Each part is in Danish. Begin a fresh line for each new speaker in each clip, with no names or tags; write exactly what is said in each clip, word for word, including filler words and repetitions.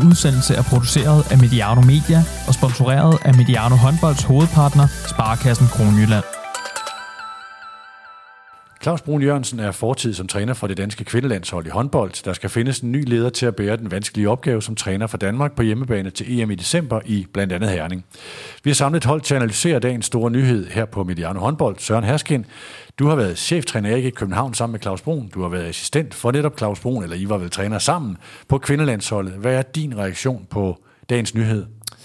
udsendelse er produceret af Mediano Media og sponsoreret af Mediano Håndbolds hovedpartner, Sparekassen Kronjylland.
Claus Brun Jørgensen er fortid som træner for det danske kvindelandshold i håndbold. Der skal findes en ny leder til at bære den vanskelige opgave som træner for Danmark på hjemmebane til E M i december i blandt andet Herning. Vi har samlet et hold til at analysere dagens store nyhed her på Mediano Håndbold. Søren Herskind, du har været cheftræner i København sammen med Claus Brun. Du har været assistent for netop Claus Brun, eller I var vel træner sammen på kvindelandsholdet. Hvad er din reaktion på dagens nyhed?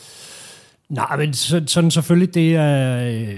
Nej, men sådan selvfølgelig, det er øh,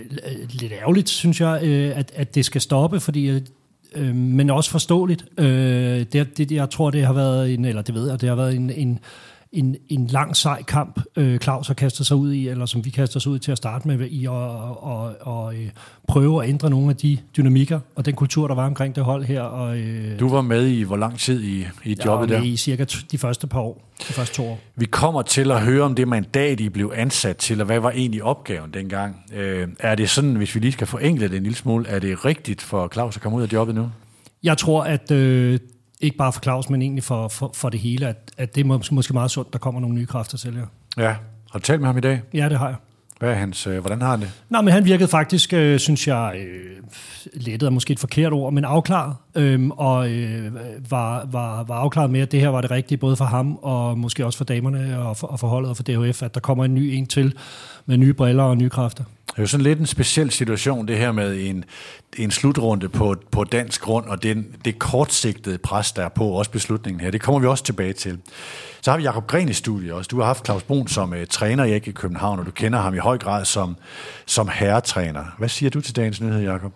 lidt ærgerligt, synes jeg, øh, at, at det skal stoppe, fordi, øh, men også forståeligt. Øh, det, det, jeg tror, det har været en, eller det ved jeg, det har været en, en, en, en lang, sej kamp, øh, Claus har kastet sig ud i, eller som vi kaster os ud til at starte med, i at og, og, og, øh, prøve at ændre nogle af de dynamikker og den kultur, der var omkring det hold her. Og, øh,
du var med i hvor lang tid i, i jobbet der?
Jeg var med i cirka de første par år, de første to år.
Vi kommer til at høre om det mandat, I blev ansat til, og hvad var egentlig opgaven dengang. Øh, er det sådan, hvis vi lige skal forenkle det en lille smule, er det rigtigt for Claus at komme ud af jobbet nu?
Jeg tror, at øh, ikke bare for Claus, men egentlig for, for, for det hele, at, at det er måske, måske meget sundt, der kommer nogle nye kræfter til jer.
Ja, har du talt med ham i dag?
Ja, det har jeg.
Hvad er hans, øh, hvordan har han det?
Nå, men han virkede faktisk, øh, synes jeg, øh, lettet er måske et forkert ord, men afklaret, øh, og øh, var, var, var afklaret med, at det her var det rigtige, både for ham og måske også for damerne og for, og for holdet og for D H F, at der kommer en ny en til med nye briller og nye kræfter. Det
er jo sådan lidt en speciel situation, det her med en, en slutrunde på, på dansk grund, og den, det kortsigtede pres, der er på også beslutningen her. Det kommer vi også tilbage til. Så har vi Jakob Gren i studiet også. Du har haft Claus Brun som uh, træner i A G København, og du kender ham i høj grad som, som herretræner. Hvad siger du til dagens nyhed, Jakob?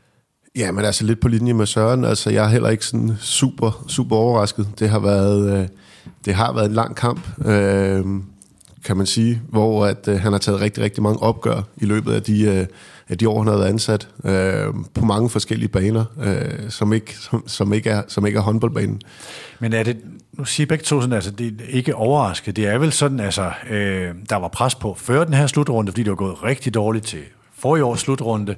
Ja, men altså lidt på linje med Søren. Altså, jeg er heller ikke sådan super, super overrasket. Det har været, øh, det har været en lang kamp, øh, kan man sige, hvor at, øh, han har taget rigtig, rigtig mange opgør i løbet af de, øh, af de år, han har været ansat, øh, på mange forskellige baner, øh, som, ikke, som, som, ikke er, som ikke er håndboldbanen.
Men er det, nu siger begge to sådan, altså det er ikke overrasket. Det er vel sådan, altså øh, der var pres på før den her slutrunde, fordi det var gået rigtig dårligt til forrige års slutrunde,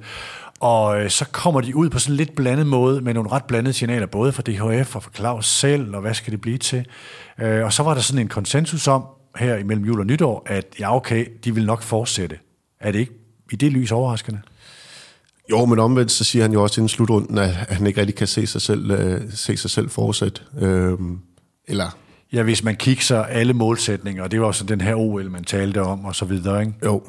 og øh, så kommer de ud på sådan en lidt blandet måde, med nogle ret blandede signaler, både fra D H F og fra Claus selv, og hvad skal det blive til? Øh, og så var der sådan en konsensus om, her imellem jul og nytår, at ja, okay, de vil nok fortsætte. Er det ikke i det lys overraskende?
Jo, men omvendt, så siger han jo også inden slutrunden, at han ikke rigtig kan se sig selv, uh, se sig selv fortsætte. Øhm, eller...
Ja, hvis man kigger alle målsætninger, og det var også den her O L, man talte om, og så videre, ikke?
Jo.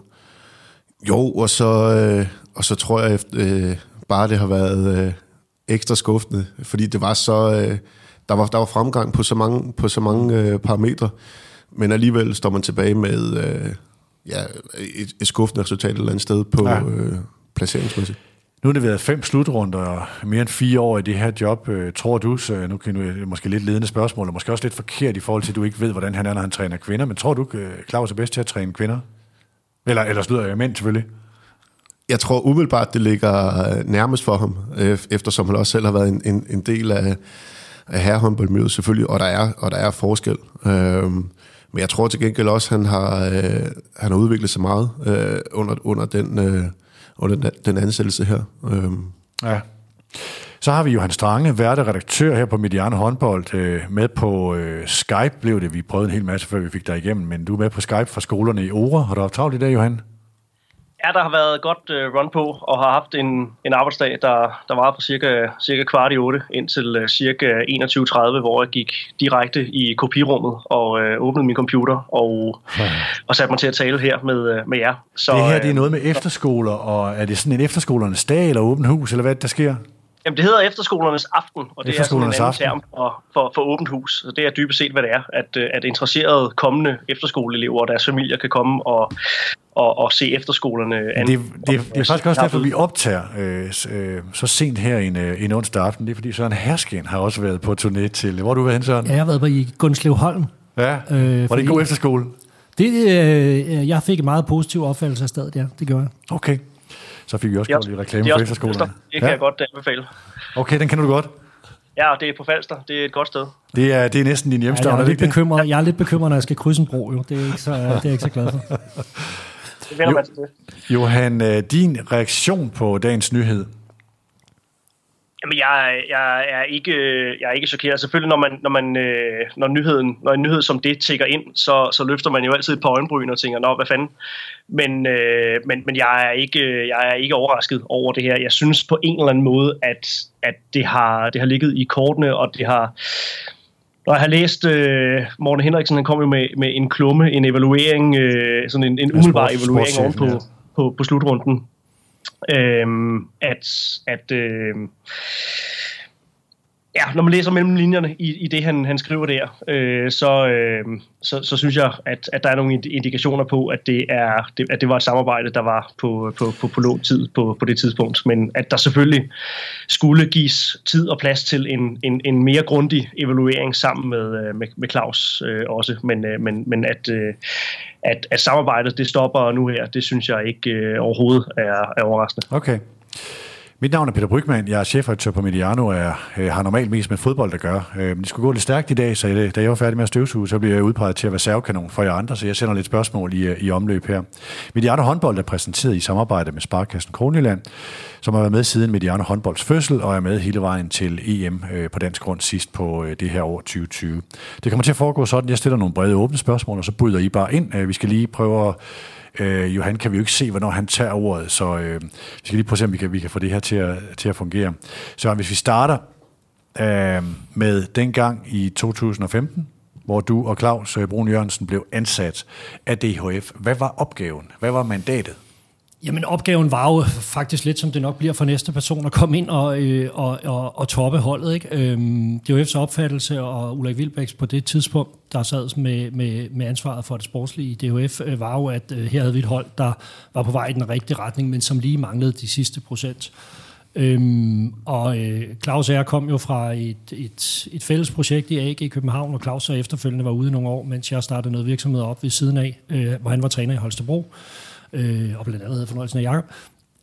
Jo, og så, øh, og så tror jeg, at øh, bare det har været øh, ekstra skuffende, fordi det var så... Øh, der, var, der var fremgang på så mange, på så mange øh, parametre, men alligevel står man tilbage med øh, ja, et, et skuffende resultat et eller andet sted på ja. øh, placeringsmæssigt.
Nu har det været fem slutrunder og mere end fire år i det her job. Tror du, så nu kan du måske lidt ledende spørgsmål, og måske også lidt forkert i forhold til, at du ikke ved, hvordan han er, når han træner kvinder, men tror du, Claus er bedst til at træne kvinder? Eller, eller slutter jeg mænd selvfølgelig?
Jeg tror umiddelbart, det ligger nærmest for ham, eftersom han også selv har været en, en, en del af, af herrehåndboldmiljøet selvfølgelig, og der er, og der er forskel. Øhm, Men jeg tror til gengæld også, at han har, øh, han har udviklet sig meget øh, under, under, den, øh, under den, den ansættelse her. Øhm.
Ja. Så har vi Johan Strange, værteredaktør her på Mediano Håndbold, øh, med på øh, Skype blev det. Vi prøvede en hel masse, før vi fik dig igennem, men du er med på Skype fra skolerne i Ore. Har du haft travlt i dag, Johan?
Ja, der har været godt uh, run på, og har haft en, en arbejdsdag, der, der var fra cirka, cirka kvart i otte indtil uh, cirka enogtyve tredive, hvor jeg gik direkte i kopirummet og uh, åbnede min computer og, ja. og satte mig til at tale her med, uh, med jer.
Så, det her det er noget med efterskoler, og er det sådan en efterskolernes dag eller åbent hus, eller hvad der sker?
Jamen, det hedder efterskolernes aften, og det er sådan en anden term for, for, for åbent hus. Så det er dybest set, hvad det er, at, at interesserede kommende efterskoleelever og deres familier kan komme og, og, og se efterskolerne an.
Det, det, det er faktisk også derfor, vi optager øh, øh, så sent her en, øh, en onsdag aften. Det er fordi Søren Herskind har også været på turné til... Hvor har du været hen, Søren?
Ja, jeg har været på i Gunslevholm.
Ja, øh, var det en god efterskole?
Det, øh, jeg fik en meget positiv opfattelse af stedet, ja. Det gjorde jeg.
Okay. Så fik vi også godt lidt reklame for efterskolerne.
Det kan ja. jeg godt anbefale.
Okay, den kender du godt.
Ja, det er på Falster. Det er et godt sted.
Det er, det er næsten din hjemstavn.
Ja, jeg, er lidt bekymret, jeg er lidt bekymret, når jeg skal krydse en bro. Jo. Det er ikke så, det er jeg ikke så glad for.
Det vender man til det.
Johan, din reaktion på dagens nyhed?
Jamen, jeg, jeg, er ikke, jeg er ikke chokeret. Selvfølgelig, når, man, når, man, når, nyheden, når en nyhed som det tikker ind, så, så løfter man jo altid et par øjenbryn og tænker, nå, hvad fanden? Men, men, men jeg, er ikke, jeg er ikke overrasket over det her. Jeg synes på en eller anden måde, at, at det, har, det har ligget i kortene, og det har... Når jeg har læst, uh, Morten Henriksen, han kom jo med, med en klumme, en evaluering, uh, sådan en, en umiddelbar sports, evaluering oven på, ja. på, på slutrunden. Øhm, at at øh, ja, når man læser mellem linjerne i, i det han, han skriver der, øh, så, øh, så så synes jeg at, at der er nogle indikationer på at det er det, at det var et samarbejde der var på på på, på lånt tid på på det tidspunkt, men at der selvfølgelig skulle gives tid og plads til en en, en mere grundig evaluering sammen med med, med Claus øh, også, men øh, men men at øh, At, at samarbejdet det stopper nu her, det synes jeg ikke øh, overhovedet er, er overraskende.
Okay. Mit navn er Peter Brygmann, jeg er chefredaktør på Mediano, og jeg øh, har normalt mest med fodbold at gøre. Øh, det skulle gå lidt stærkt i dag, så jeg, da jeg var færdig med at støvsuge, så bliver jeg udpeget til at være servekanon for jer andre, så jeg sender lidt spørgsmål i, i omløb her. Mediano håndbold er præsenteret i samarbejde med Sparekassen Kronjylland, som har været med siden Mediano håndbolds fødsel, og er med hele vejen til E M øh, på dansk grund sidst på øh, det her år tyve tyve. Det kommer til at foregå sådan, jeg stiller nogle brede åbne spørgsmål, og så bryder I bare ind. Øh, vi skal lige prøve at Øh, Johan kan vi jo ikke se, hvornår han tager ordet, så øh, vi skal lige prøve at se, om vi kan, vi kan få det her til at, til at fungere. Så hvis vi starter øh, med dengang i to tusind og femten, hvor du og Claus Brun Jørgensen blev ansat af D H F. Hvad var opgaven? Hvad var mandatet?
Jamen opgaven var jo faktisk lidt, som det nok bliver for næste person, at komme ind og, øh, og, og, og toppe holdet. Ikke? Øhm, D H F's opfattelse og Ulrik Wilbæks på det tidspunkt, der sad med, med, med ansvaret for det sportslige i D H F, øh, var jo, at øh, her havde vi et hold, der var på vej i den rigtige retning, men som lige manglede de sidste procent. Øhm, og øh, Claus og jeg kom jo fra et, et, et fælles projekt i A G i København, og Claus så efterfølgende var ude i nogle år, mens jeg startede noget virksomhed op ved siden af, øh, hvor han var træner i Holstebro. Øh, og blandt andet havde fornøjelsen af Jakob.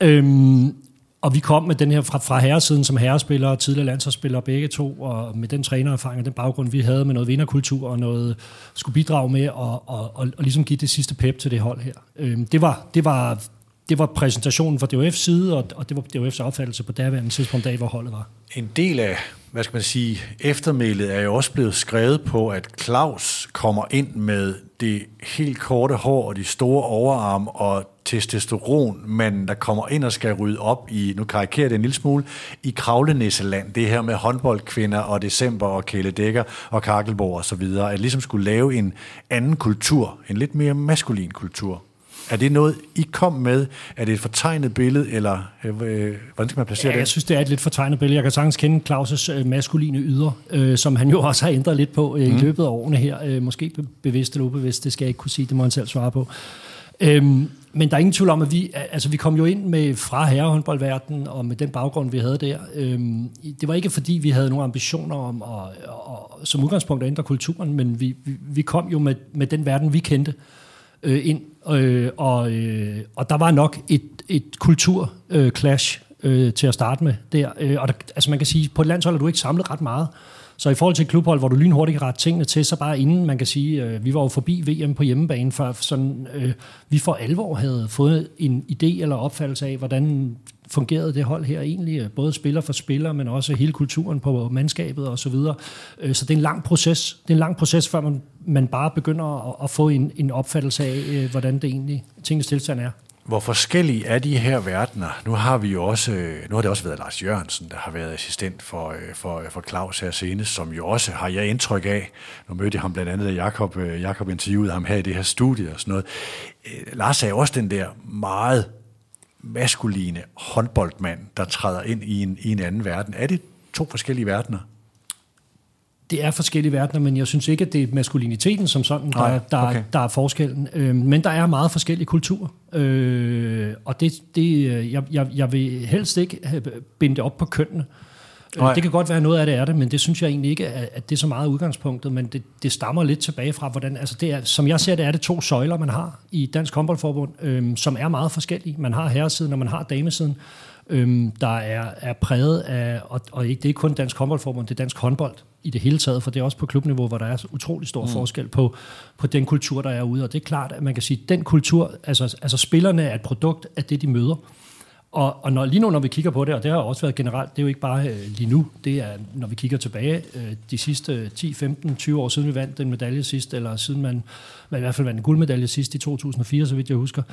Øhm, og vi kom med den her fra, fra herresiden som herrespillere og tidligere landsholdsspillere begge to, og med den trænererfaring og den baggrund, vi havde med noget vinderkultur og noget skulle bidrage med og, og, og, og ligesom give det sidste pep til det hold her. Øhm, det, var, det, var, det var præsentationen fra D H F's side, og, og det var D H F's opfattelse på derværende tidspunkt dag, hvor holdet var.
En del af, hvad skal man sige, eftermælet er jo også blevet skrevet på, at Claus kommer ind med det helt korte hår og de store overarm og testosteron, men der kommer ind og skal rydde op i, nu karikerer det en lille smule, i Kravlenæsseland, det her med håndboldkvinder og december og kæledækker og kakkelborg og så videre, at ligesom skulle lave en anden kultur, en lidt mere maskulin kultur. Er det noget, I kom med? Er det et fortegnet billede, eller øh, hvordan skal man placere
ja,
det?
Jeg synes, det er et lidt fortegnet billede. Jeg kan sagtens kende Claus' øh, maskuline yder, øh, som han jo også har ændret lidt på øh, mm. i løbet af årene her. Øh, måske bevidst eller ubevidst, det skal jeg ikke kunne sige, det må han selv svare på. Øhm, men der er ingen tvivl om, at vi, altså, vi kom jo ind med fra herrehåndboldverdenen, og med den baggrund, vi havde der. Øhm, det var ikke, fordi vi havde nogle ambitioner om at, at, at, som udgangspunkt at ændre kulturen, men vi, vi, vi kom jo med, med den verden, vi kendte, øh, ind. Øh, og, øh, og der var nok et, et kulturclash øh, til at starte med der. Øh, og der, altså man kan sige, på et landshold er du ikke samlet ret meget. Så i forhold til et klubhold, hvor du lynhurtigt kan rette tingene til, så bare inden, man kan sige, øh, vi var jo forbi V M på hjemmebane, for sådan, øh, vi for alvor havde fået en idé eller opfattelse af, hvordan fungerede det hold her egentlig, både spiller for spiller, men også hele kulturen på mandskabet og så videre. Øh, så det er en lang proces. Det er en lang proces, før man, man bare begynder at, at få en, en opfattelse af, øh, hvordan det egentlig tingens tilstand er.
Hvor forskellige er de her verdener? Nu har vi jo også, nu har det også været Lars Jørgensen, der har været assistent for, for, for Claus her senest, som jo også har jeg indtryk af. Nu mødte jeg ham blandt andet, da Jakob, Jakob interviewede ham her i det her studie og sådan noget. Lars er jo også den der meget maskuline håndboldmand, der træder ind i en, i en anden verden. Er det to forskellige verdener?
Det er forskellige verdener, men jeg synes ikke, at det er maskuliniteten som sådan, der,
Nej,
der,
okay.
der er forskellen. Øh, men der er meget forskellige kulturer. Øh, og det, det, jeg, jeg, jeg vil helst ikke binde det op på kønnene. Nej. Det kan godt være noget af det er det, men det synes jeg egentlig ikke, at det er så meget udgangspunktet, men det, det stammer lidt tilbage fra, hvordan, altså det er, som jeg ser det, er det to søjler, man har i Dansk Håndboldforbund, øh, som er meget forskellige. Man har herresiden, og man har damesiden, øh, der er, er præget af, og, og ikke, det er ikke kun Dansk Håndboldforbund, det er dansk håndbold i det hele taget, for det er også på klubniveau, hvor der er utrolig stor mm. forskel på, på den kultur, der er ude, og det er klart, at man kan sige, at den kultur, altså, altså spillerne er et produkt af det, de møder. Og, og når, lige nu, når vi kigger på det, og det har også været generelt, det er jo ikke bare øh, lige nu, det er, når vi kigger tilbage, øh, de sidste ti, femten, tyve år siden vi vandt den medalje sidst, eller siden man, man i hvert fald vandt en guldmedalje sidst i to tusind og fire, så vidt jeg husker,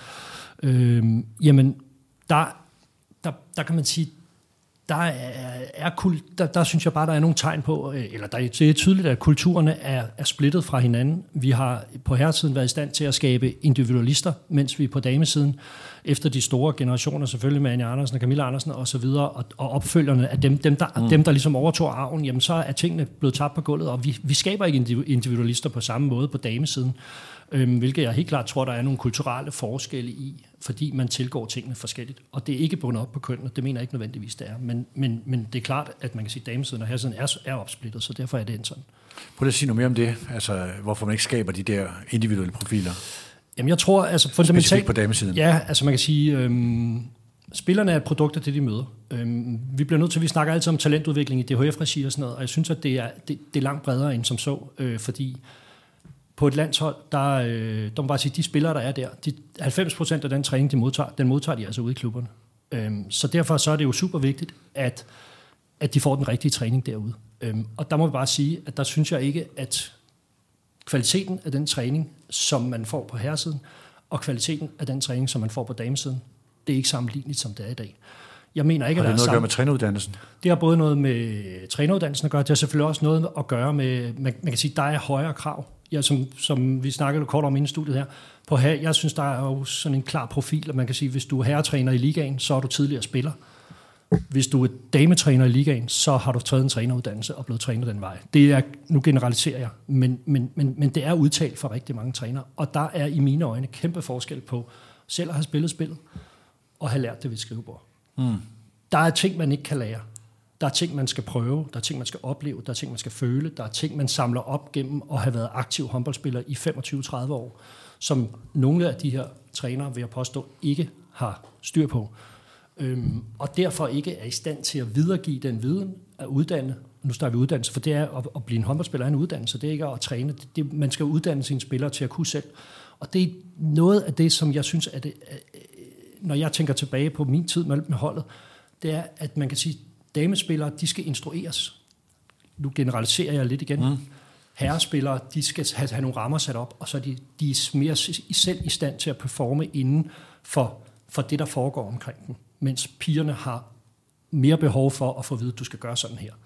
øh, jamen, der, der, der kan man sige, der, er, er, der, der synes jeg bare, der er nogle tegn på, eller der, det er tydeligt, at kulturerne er, er splittet fra hinanden. Vi har på herresiden været i stand til at skabe individualister, mens vi på damesiden, efter de store generationer, selvfølgelig med Anja Andersen og Camilla Andersen og så videre, og, og opfølgerne af dem, dem, der, mm. dem, der ligesom overtog arven, jamen så er tingene blevet tabt på gulvet, og vi, vi skaber ikke individualister på samme måde på damesiden, øhm, hvilket jeg helt klart tror, der er nogle kulturelle forskelle i, fordi man tilgår tingene forskelligt. Og det er ikke bundet op på kønnene, det mener jeg ikke nødvendigvis, det er. Men, men, men det er klart, at man kan sige, at damesiden og herresiden er, er opsplittet, så derfor er det en sådan.
Prøv at sige noget mere om det, altså hvorfor man ikke skaber de der individuelle profiler.
Jamen jeg tror, altså fundamentalt...
Specifikt på damesiden.
Ja, altså man kan sige, øhm, spillerne er et produkt af det, de møder. Øhm, vi bliver nødt til, vi snakker altid om talentudvikling i D H F-regi og sådan noget, og jeg synes, at det er, det, det er langt bredere end som så, øh, fordi på et landshold, der, øh, der må bare sige, de spillere, der er der, de, halvfems procent af den træning, de modtager, den modtager de altså ude i klubberne. Øhm, så derfor så er det jo super vigtigt, at, at de får den rigtige træning derude. Øhm, og der må vi bare sige, at der synes jeg ikke, at kvaliteten af den træning, som man får på herresiden, og kvaliteten af den træning, som man får på damesiden, det er ikke sammenligneligt, som det er i dag. Jeg mener ikke,
har det
at der
noget
er
at gøre med træneruddannelsen?
Det har både noget med træneruddannelsen at gøre, det har selvfølgelig også noget at gøre med, man, man kan sige, der er højere krav. Ja, som, som vi snakkede kort om inden studiet her. På her, jeg synes, der er jo sådan en klar profil, at man kan sige, hvis du er herretræner i ligaen, så er du tidligere spiller. Hvis du er dametræner i ligaen, så har du taget en træneruddannelse og blevet trænet den vej. Det er, nu generaliserer jeg, men, men, men, men det er udtalt for rigtig mange trænere, og der er i mine øjne kæmpe forskel på selv at have spillet spillet og have lært det ved et skrivebord. Mm. Der er ting, man ikke kan lære. Der er ting, man skal prøve, der er ting, man skal opleve, der er ting, man skal føle, der er ting, man samler op gennem at have været aktiv håndboldspiller i femogtyve til tredive år, som nogle af de her trænere, vil jeg påstå, ikke har styr på. Øhm, og derfor ikke er i stand til at videregive den viden at uddanne. Nu starter vi uddannelse, for det er at, at blive en håndboldspiller er en uddannelse, det er ikke at træne. Det, det, man skal uddanne sine spillere til at kunne selv. Og det er noget af det, som jeg synes, at det, når jeg tænker tilbage på min tid med holdet, det er, at man kan sige, damespillere, de skal instrueres. Nu generaliserer jeg lidt igen. Mm. Herrespillere, de skal have, have nogle rammer sat op, og så er de, de er mere selv i stand til at performe inden for, for det, der foregår omkring dem. Mens pigerne har mere behov for at få at vide, at du skal gøre sådan her.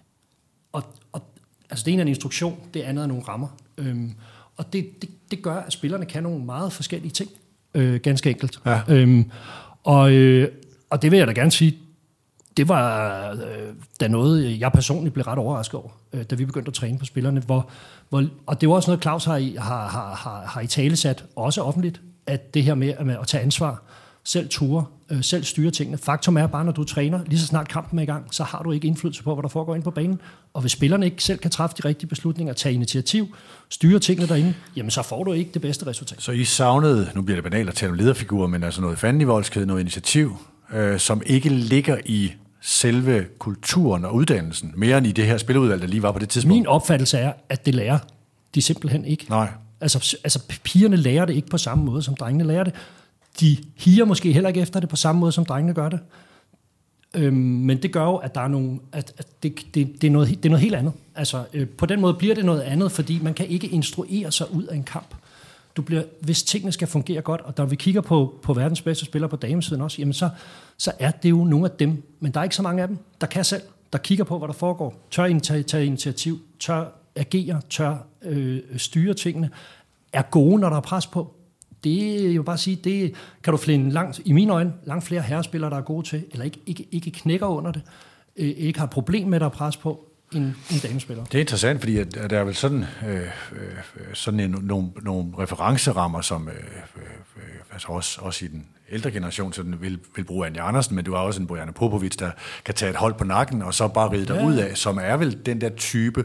Og, og altså det ene er en instruktion, det andet er nogle rammer. Øhm, og det, det, det gør, at spillerne kan nogle meget forskellige ting. Øh, ganske enkelt. Ja. Øhm, og, øh, og det vil jeg da gerne sige, det var øh, da noget, jeg personligt blev ret overrasket over, øh, da vi begyndte at træne på spillerne. Hvor, hvor, og det var også noget, Claus har, har, har, har, har i talesat, også offentligt, at det her med, med at tage ansvar, selv ture, øh, selv styre tingene. Faktum er bare, når du træner, lige så snart kampen er i gang, så har du ikke indflydelse på, hvad der foregår inde på banen. Og hvis spillerne ikke selv kan træffe de rigtige beslutninger, tage initiativ, styre tingene derinde, jamen så får du ikke det bedste resultat.
Så I savnede, nu bliver det banalt at tale om lederfigurer, men altså noget fandenivoldskede, noget initiativ, øh, som ikke ligger i selve kulturen og uddannelsen, mere end i det her spiludvalg, der lige var på det tidspunkt?
Min opfattelse er, at det lærer de simpelthen ikke.
Nej.
Altså, altså pigerne lærer det ikke på samme måde, som drengene lærer det. De higer måske heller ikke efter det på samme måde, som drengene gør det. Øhm, men det gør jo, at der er nogle, at, at det, det, det, er noget, det er noget helt andet. Altså, øh, på den måde bliver det noget andet, fordi man kan ikke instruere sig ud af en kamp. Du bliver, hvis tingene skal fungere godt, og når vi kigger på, på verdens bedste spillere på damesiden også, jamen så, så er det jo nogle af dem, men der er ikke så mange af dem, der kan selv, der kigger på, hvad der foregår, tør tage, tage initiativ, tør agere, tør øh, styre tingene, er gode, når der er pres på. Det er jo bare at sige, det kan du finde langt, i mine øjne, langt flere herrespillere, der er gode til, eller ikke, ikke, ikke knækker under det, øh, ikke har problem med, at der er pres på, en, en damespiller.
Det er interessant, fordi at, at der er vel sådan, øh, øh, sådan en, nogle, nogle referencerammer, som øh, øh, altså også, også i den ældre generation sådan vil, vil bruge Anja Andersen, men du har også en Bojana Popovic, der kan tage et hold på nakken, og så bare ride dig ja. ud af, som er vel den der type,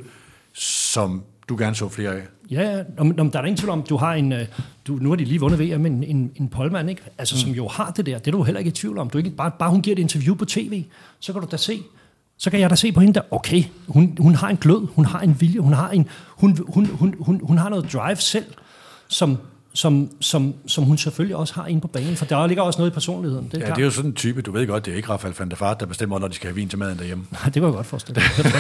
som du gerne så flere af.
Ja, om, om der er ingen tvivl om, du har en, du, nu har de lige vundet V M, en, en, en polmand, ikke? Altså, mm. som jo har det der, det er du heller ikke i tvivl om. Du ikke, bare, bare hun giver et interview på tv, så kan du da se, så kan jeg da se på hende der, okay, hun, hun har en glød, hun har en vilje, hun har, en, hun, hun, hun, hun, hun har noget drive selv, som, som, som, som hun selvfølgelig også har inde på banen, for der ligger også noget i personligheden. Det er
ja,
klart.
det er jo sådan en type, du ved godt, det er ikke Rafael van der Vaart, der bestemmer, når de skal have vin til maden derhjemme.
Nej, det kan jeg godt forestille.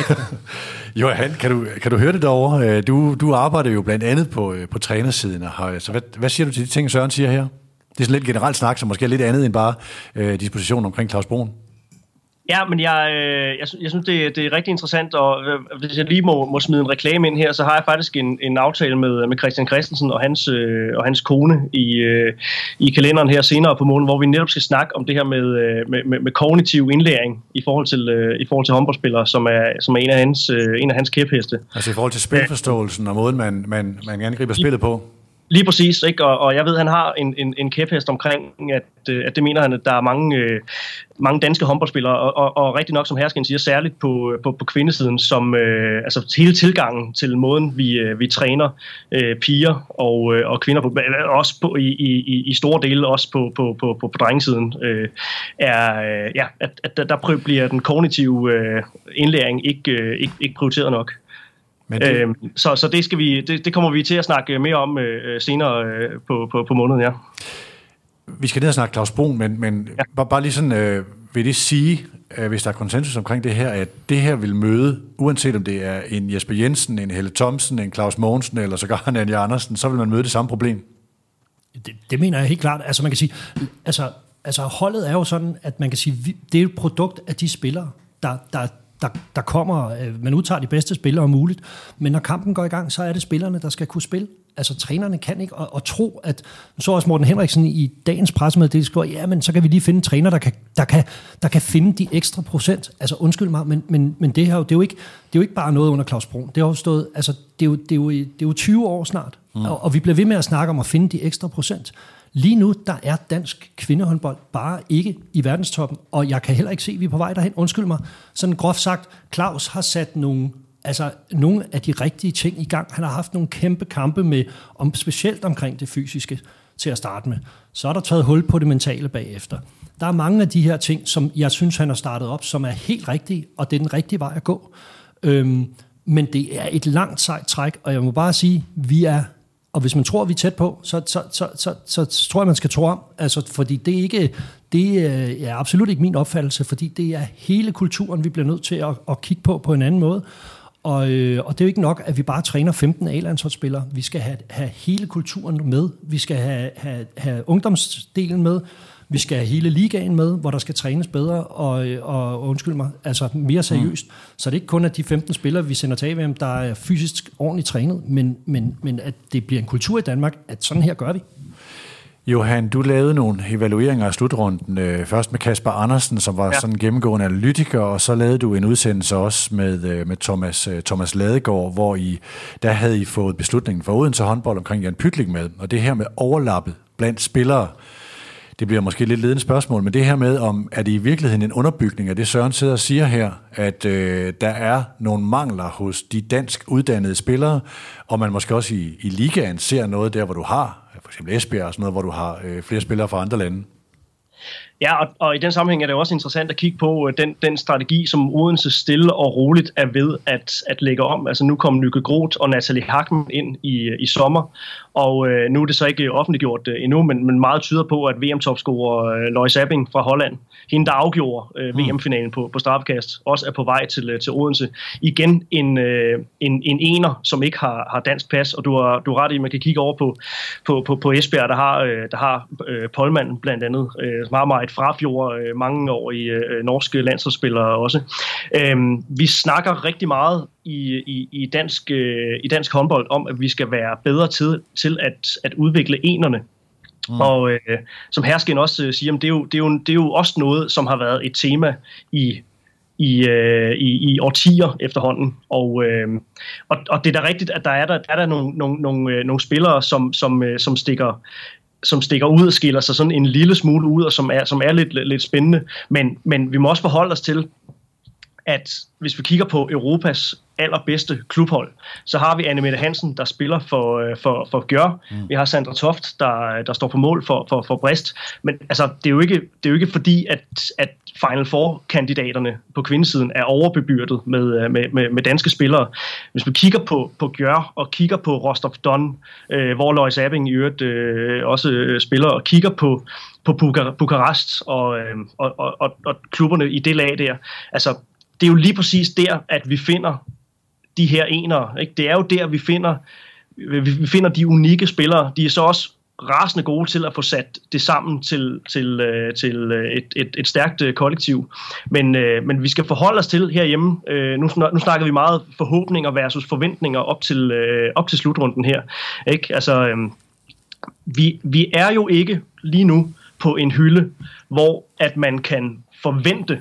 Johan, kan du, kan du høre det derovre? Du, du arbejder jo blandt andet på, på trænersiden. Så hvad, hvad siger du til de ting, Søren siger her? Det er sådan lidt generelt snak, som måske er lidt andet end bare øh, disposition omkring Claus Broen.
Ja, men jeg, øh, jeg, jeg synes, det, det er rigtig interessant, og øh, hvis jeg lige må, må smide en reklame ind her, så har jeg faktisk en, en aftale med, med Christian Christensen og hans, øh, og hans kone i, øh, i kalenderen her senere på måneden, hvor vi netop skal snakke om det her med, med, med, med kognitiv indlæring i forhold til, øh, i forhold til håndboldspillere, som er, som er en af hans, øh, en af hans kæpheste.
Altså i forhold til spilforståelsen og måden, man, man, man angriber spillet på?
Lige præcis, ikke? Og, og jeg ved, at han har en, en, en kæphest omkring, at, at det mener han, at der er mange, øh, mange danske håndboldspillere, og, og, og rigtig nok, som Hersken siger, særligt på, på, på kvindesiden, som øh, altså hele tilgangen til måden, vi, øh, vi træner øh, piger og, øh, og kvinder, på, også på, i, i, i store dele, også på, på, på, på, på drengesiden, øh, er, øh, ja, at, at der, der bliver den kognitive øh, indlæring ikke, øh, ikke, ikke prioriteret nok. Det... Øhm, så så det, skal vi, det, det kommer vi til at snakke mere om øh, senere øh, på, på, på måneden, ja.
Vi skal ned og snakke Claus Broen, men, men ja. bare, bare lige sådan, øh, vil det sige, øh, hvis der er konsensus omkring det her, at det her vil møde, uanset om det er en Jesper Jensen, en Helle Thomsen, en Claus Mogensen, eller sågar en Anja Andersen, så vil man møde det samme problem?
Det, det mener jeg helt klart. Altså man kan sige, altså, altså holdet er jo sådan, at man kan sige, det er et produkt af de spillere, der, der Der, der kommer, man udtager de bedste spillere muligt, men når kampen går i gang, så er det spillerne, der skal kunne spille. Altså trænerne kan ikke, og, og tro, at så også Morten Henriksen i dagens pressemeddelelse skriver, ja, men så kan vi lige finde en træner, der kan, der kan, der kan finde de ekstra procent. Altså undskyld mig, men, men, men det her, det er jo ikke, det er jo ikke bare noget under Claus Broen. Det har jo stået, altså det er jo, det er jo, det er jo tyve år snart, mm. og, og vi bliver ved med at snakke om at finde de ekstra procent. Lige nu, der er dansk kvindehåndbold bare ikke i verdenstoppen, og jeg kan heller ikke se, at vi er på vej derhen. Undskyld mig. Sådan groft sagt, Claus har sat nogle, altså, nogle af de rigtige ting i gang. Han har haft nogle kæmpe kampe med, om, specielt omkring det fysiske til at starte med. Så er der taget hul på det mentale bagefter. Der er mange af de her ting, som jeg synes, han har startet op, som er helt rigtige, og det er den rigtige vej at gå. Øhm, men det er et langt sejt træk, og jeg må bare sige, vi er... Og hvis man tror, vi er tæt på, så, så, så, så, så, så tror jeg, man skal tro om. Altså, fordi det er, ikke, det er absolut ikke min opfattelse, fordi det er hele kulturen, vi bliver nødt til at, at kigge på på en anden måde. Og, øh, og det er jo ikke nok, at vi bare træner femten A-landsholdsspillere. Vi skal have, have hele kulturen med. Vi skal have, have, have ungdomsdelen med. Vi skal have hele ligaen med, hvor der skal trænes bedre og, og, og undskyld mig, altså mere seriøst. Mm. Så det er ikke kun, at de femten spillere, vi sender til A V M, der er fysisk ordentligt trænet, men, men, men at det bliver en kultur i Danmark, at sådan her gør vi.
Johan, du lavede nogle evalueringer af slutrunden. Øh, først med Kasper Andersen, som var ja. sådan en gennemgående analytiker, og så lavede du en udsendelse også med, med Thomas, Thomas Ladegaard, hvor I, der havde I fået beslutningen for Odense håndbold omkring Jan Pytlik med. Og det her med overlappet blandt spillere, det bliver måske lidt ledende spørgsmål, men det her med, om er det i virkeligheden en underbygning af det, Søren sidder og siger her, at øh, der er nogle mangler hos de dansk uddannede spillere, og man måske også i, i ligaen ser noget der, hvor du har, for eksempel Esbjerg og sådan noget, hvor du har øh, flere spillere fra andre lande.
Ja, og, og i den sammenhæng er det også interessant at kigge på den, den strategi, som Odense stille og roligt er ved at, at lægge om. Altså nu kom Lykke Groth og Nathalie Hacken ind i, i sommer, og øh, nu er det så ikke offentliggjort øh, endnu, men, men meget tyder på, at V M-topscorer øh, Lois Abing fra Holland, hende der afgjorde øh, V M-finalen på, på straffekast, også er på vej til, øh, til Odense. Igen en, øh, en, en ener, som ikke har, har dansk pas, og du har, du har ret i, man kan kigge over på, på, på, på Esbjerg, der har, øh, der har øh, Polman blandt andet, øh, meget meget Frafjord, øh, mange år i øh, norske landsholdsspillere også. Øh, vi snakker rigtig meget i, i, i, dansk, øh, i dansk håndbold om, at vi skal være bedre til, til at, at udvikle enerne. Mm. Og øh, som Hersken også øh, siger, det er, jo, det, er jo, det er jo også noget, som har været et tema i, i, øh, i, i årtier efterhånden. Og, øh, og, og det er da rigtigt, at der er der, der, er der nogle, nogle, nogle, nogle spillere, som, som, som stikker som stikker ud og skiller sig sådan en lille smule ud, og som er, som er lidt, lidt spændende. Men, men vi må også forholde os til, at hvis vi kigger på Europas allerbedste klubhold, så har vi Anne-Mette Hansen, der spiller for, for, for Gjør. Mm. Vi har Sandra Toft, der, der står på mål for, for, for Brest. Men altså, det er jo ikke, det er jo ikke fordi, at, at Final Four-kandidaterne på kvindesiden er overbebyrdet med, med, med, med danske spillere. Hvis vi kigger på, på Gjør og kigger på Rostov Don, øh, hvor Lois Abing i øvrigt øh, også øh, spiller, og kigger på, på Bukarest og, øh, og, og, og, og klubberne i det lag der, altså, det er jo lige præcis der, at vi finder de her enere. Ikke? Det er jo der, vi finder, vi finder de unikke spillere. De er så også rasende gode til at få sat det sammen til, til, til et, et, et stærkt kollektiv. Men, men vi skal forholde os til herhjemme. Nu, nu snakker vi meget forhåbninger versus forventninger op til, op til slutrunden her. Ikke? Altså, vi, vi er jo ikke lige nu på en hylde, hvor at man kan forvente,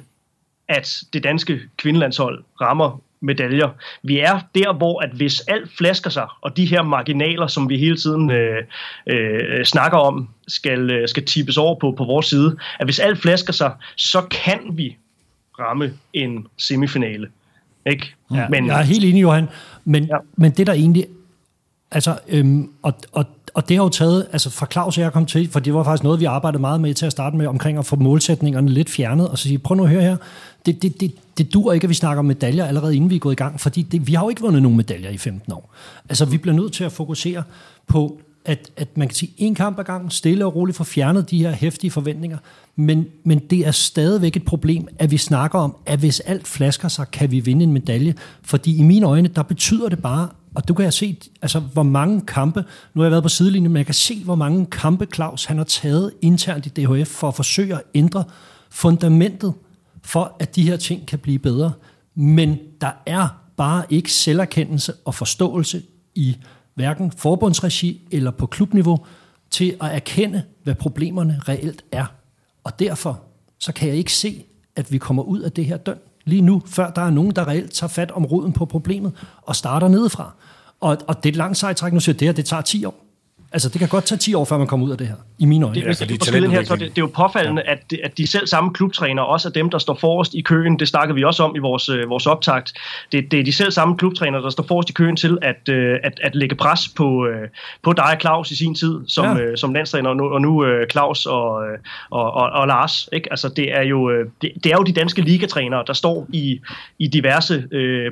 at det danske kvindelandshold rammer medaljer. Vi er der, hvor at hvis alt flasker sig, og de her marginaler, som vi hele tiden øh, øh, snakker om, skal, skal tippes over på, på vores side, at hvis alt flasker sig, så kan vi ramme en semifinale. Ikke?
Ja, men, jeg er helt enig, Johan, men, ja. men det der egentlig, altså, øhm, og, og, og det har jo taget, altså fra Claus og jeg kom til, for det var faktisk noget, vi arbejdede meget med til at starte med, omkring at få målsætningerne lidt fjernet, og så sige, prøv nu at høre her, det, det, det, det dur ikke, at vi snakker om medaljer allerede inden vi er gået i gang, fordi det, vi har jo ikke vundet nogen medaljer i femten år. Altså vi bliver nødt til at fokusere på, at, at man kan sige, en kamp ad gangen, stille og roligt få fjernet de her heftige forventninger, men, men det er stadigvæk et problem, at vi snakker om, at hvis alt flasker sig, kan vi vinde en medalje, fordi i mine øjne, der betyder det bare, og du kan jeg se, altså hvor mange kampe, nu har jeg været på sidelinjen, men jeg kan se, hvor mange kampe Claus han har taget internt i D H F for at forsøge at ændre fundamentet for, at de her ting kan blive bedre. Men der er bare ikke selverkendelse og forståelse i hverken forbundsregi eller på klubniveau til at erkende, hvad problemerne reelt er. Og derfor så kan jeg ikke se, at vi kommer ud af det her døgn lige nu, før der er nogen, der reelt tager fat om roden på problemet og starter nedefra. Og, og det er et langt sejtræk, nu siger det her, det tager ti år. Altså, det kan godt tage ti år, før man kommer ud af det her, i mine øjne.
Det, ja, det, det, her, så det, det er jo påfaldende, ja. at, det, at de selv samme klubtrænere også er dem, der står forrest i køen. Det snakker vi også om i vores, vores optakt. Det, det er de selv samme klubtrænere, der står forrest i køen til at, at, at lægge pres på, på dig, Claus, i sin tid som, ja. som landstræner, og nu, og nu Claus og, og, og, og Lars. Ikke? Altså, det, er jo, det, det er jo de danske ligatrænere, der står i, i diverse øh,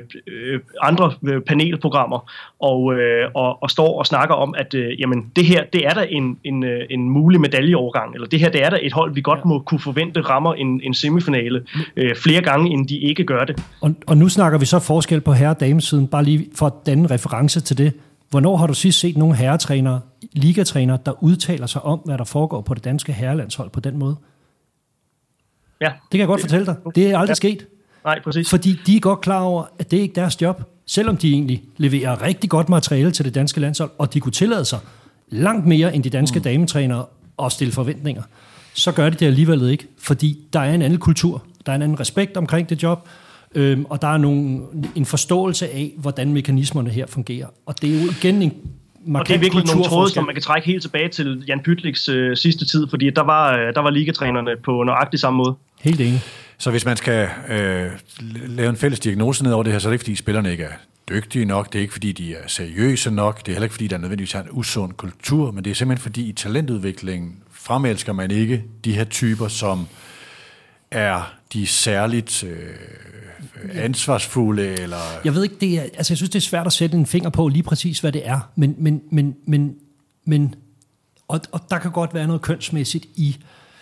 andre panelprogrammer og, øh, og, og står og snakker om, at øh, jamen, det her, det er da en, en, en mulig medaljeovergang, eller det her, det er da et hold, vi godt må kunne forvente rammer en, en semifinale øh, flere gange, end de ikke gør det.
Og, og nu snakker vi så forskel på herre- og damesiden, bare lige for at danne reference til det. Hvornår har du sidst set nogle herretrænere, ligatrænere, der udtaler sig om, hvad der foregår på det danske herrelandshold på den måde?
Ja.
Det kan jeg godt fortælle dig. Det er aldrig ja. sket.
Nej, præcis.
Fordi de er godt klar over, at det ikke er deres job, selvom de egentlig leverer rigtig godt materiale til det danske landshold, og de kunne tillade sig langt mere end de danske mm. dametrænere og stille forventninger, så gør de det alligevel ikke, fordi der er en anden kultur, der er en anden respekt omkring det job, øhm, og der er nogle, en forståelse af, hvordan mekanismerne her fungerer. Og det er jo igen en
og det er virkelig nogle tråde, som man kan trække helt tilbage til Jan Pytliks øh, sidste tid, fordi der var, øh, der var ligatrænerne på nøjagtig samme måde.
Helt enig.
Så hvis man skal øh, lave en fælles diagnose ned over det her, så er det ikke, fordi spillerne ikke er dygtige nok, det er ikke, fordi de er seriøse nok, det er heller ikke, fordi der er nødvendigvis en usund kultur, men det er simpelthen, fordi i talentudviklingen fremelsker man ikke de her typer, som er de særligt øh, ansvarsfulde, eller...
Jeg ved ikke, det er, altså jeg synes, det er svært at sætte en finger på lige præcis, hvad det er, men, men, men, men, men og, og der kan godt være noget kønsmæssigt i.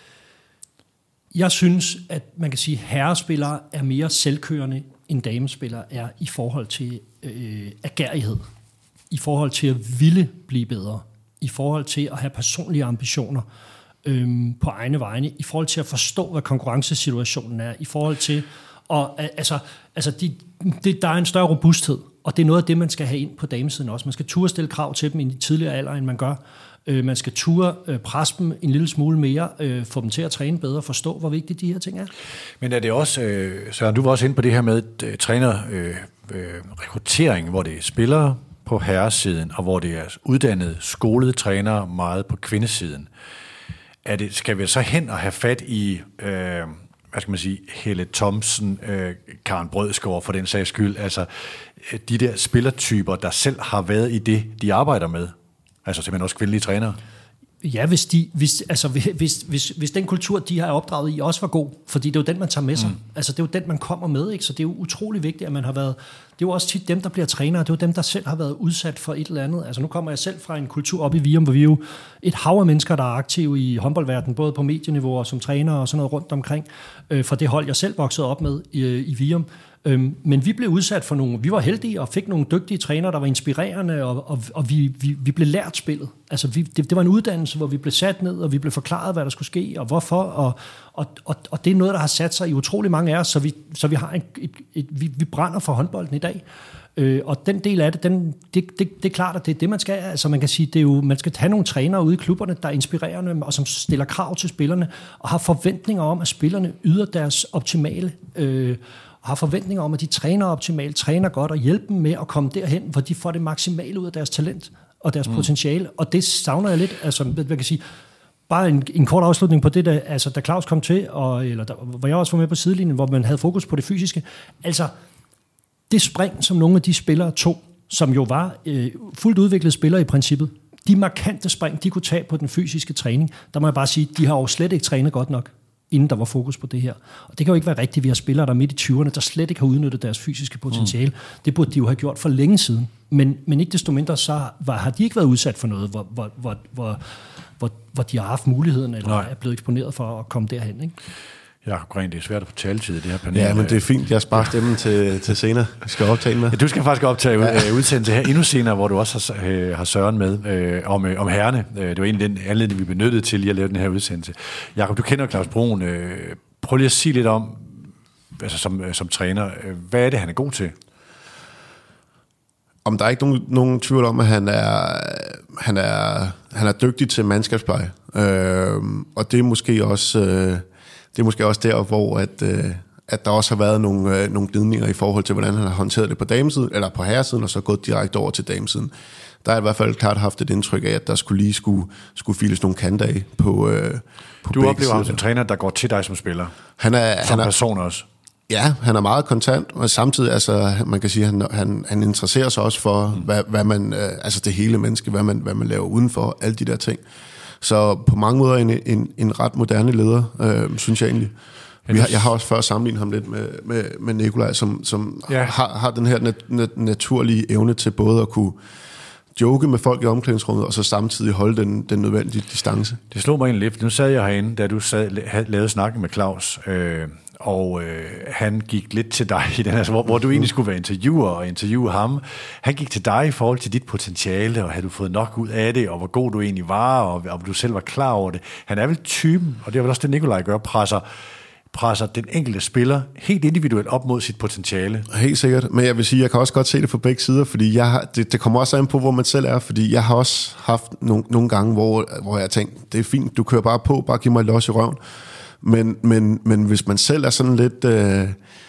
Jeg synes, at man kan sige, at herrespillere er mere selvkørende, end damespillere er i forhold til øh, agerighed, i forhold til at ville blive bedre, i forhold til at have personlige ambitioner øh, på egne vegne, i forhold til at forstå, hvad konkurrencesituationen er, i forhold til, og altså, altså de, de, der er en større robusthed, og det er noget af det, man skal have ind på damesiden også. Man skal turde stille krav til dem i en tidligere alder, end man gør. Man skal turde presse dem en lille smule mere, få dem til at træne bedre, forstå, hvor vigtige de her ting er.
Men er det også, Søren, du var også inde på det her med træner øh, øh, rekruttering, hvor det er spillere på herresiden, og hvor det er uddannede, skolede trænere meget på kvindesiden. Er det, skal vi så hen og have fat i, øh, hvad skal man sige, Helle Thomsen, øh, Karen Brødsgaard for den sags skyld, altså de der spillertyper, der selv har været i det, de arbejder med, altså simpelthen også kvindelige trænere.
Ja, hvis, de, hvis, altså, hvis, hvis, hvis den kultur, de har opdraget i, også var god, fordi det er jo den, man tager med sig. Mm. Altså, det er jo den, man kommer med, ikke? Så det er jo utrolig vigtigt, at man har været... Det er jo også tit dem, der bliver trænere, det er jo dem, der selv har været udsat for et eller andet. Altså, nu kommer jeg selv fra en kultur op i Virum, hvor vi er jo et hav af mennesker, der er aktive i håndboldverdenen, både på medieniveau og som træner og sådan noget rundt omkring, øh, for det hold, jeg selv voksede op med i, i Virum. Øhm, men vi blev udsat for nogle, vi var heldige og fik nogle dygtige trænere, der var inspirerende, og, og, og vi, vi, vi blev lært spillet. Altså vi, det, det var en uddannelse, hvor vi blev sat ned, og vi blev forklaret, hvad der skulle ske, og hvorfor, og, og, og, og det er noget, der har sat sig i utrolig mange af os, så vi, så vi har en, et, et, vi, vi brænder for håndbolden i dag. Øh, og den del af det, den, det, det, det er klart, at det er det, man skal. Altså man kan sige, det er jo, man skal have nogle trænere ude i klubberne, der er inspirerende, og som stiller krav til spillerne, og har forventninger om, at spillerne yder deres optimale øh, og har forventninger om, at de træner optimalt, træner godt og hjælper dem med at komme derhen, hvor de får det maksimale ud af deres talent og deres mm. potentiale. Og det savner jeg lidt. Altså, hvad kan jeg sige, bare en, en kort afslutning på det, der, altså, da Claus kom til, og, eller der, hvor jeg også var med på sidelinjen, hvor man havde fokus på det fysiske. Altså, det spring, som nogle af de spillere tog, som jo var øh, fuldt udviklede spillere i princippet, de markante spring, de kunne tage på den fysiske træning, der må jeg bare sige, de har jo slet ikke trænet godt nok, inden der var fokus på det her. Og det kan jo ikke være rigtigt, vi har spillere, der midt i tyverne, der slet ikke har udnyttet deres fysiske potentiale. Mm. Det burde de jo have gjort for længe siden. Men, men ikke desto mindre, så var, har de ikke været udsat for noget, hvor, hvor, hvor, hvor, hvor, hvor de har haft muligheden, eller Nej. er blevet eksponeret for at komme derhen, ikke?
Jakob Green, det er svært at få taletid i det her panel.
Ja, men det er fint. Jeg sparer stemmen til, til senere. Vi skal optage med.
Ja, du skal faktisk optage ja. udsendelse her endnu senere, hvor du også har, øh, har Søren med øh, om, øh, om herrerne. Øh, det var egentlig den anledning, vi benyttede til lige at lave den her udsendelse. Jakob, du kender Claus Broen. Øh, prøv lige at sige lidt om, altså som, øh, som træner, øh, hvad er det, han er god til?
Om der er ikke nogen, nogen tvivl om, at han er, han er, han er dygtig til mandskabspleje. Øh, og det er måske også... Øh, Det er måske også der, hvor at, øh, at der også har været nogle, øh, nogle glidninger i forhold til, hvordan han har håndteret det på damesiden, eller på herresiden, og så gået direkte over til damesiden. Der har i hvert fald klart haft et indtryk af, at der skulle lige skulle, skulle files nogle kanter af på, øh, på
Du oplever ham som træner, der går til dig som spiller?
Han er,
som
han er,
person også?
Ja, han er meget kontant, og samtidig, altså, man kan sige, han, han, han interesserer sig også for, mm. hvad, hvad man, øh, altså det hele menneske, hvad man, hvad man laver udenfor, alle de der ting. Så på mange måder en, en, en ret moderne leder, øh, synes jeg egentlig. Vi har, jeg har også før sammenlignet ham lidt med, med, med Nikolaj, som, som ja. har, har den her nat, nat, naturlige evne til både at kunne joke med folk i omklædningsrummet, og så samtidig holde den, den nødvendige distance.
Det slog mig egentlig lidt. Nu sad jeg herinde, da du sad, lavede snakken med Claus, øh, og øh, han gik lidt til dig, i den, altså, hvor, hvor du egentlig skulle være interviewer og interviewe ham. Han gik til dig i forhold til dit potentiale, og havde du fået nok ud af det, og hvor god du egentlig var, og om du selv var klar over det. Han er vel typen, og det er vel også det, Nikolaj gør, presser, presser den enkelte spiller helt individuelt op mod sit potentiale.
Helt sikkert, men jeg vil sige, jeg kan også godt se det fra begge sider, fordi jeg har, det, det kommer også an på, hvor man selv er, fordi jeg har også haft nogle, nogle gange, hvor, hvor jeg har tænkt, det er fint, du kører bare på, bare giv mig et los i røven. Men, men, men hvis man selv er sådan lidt, øh,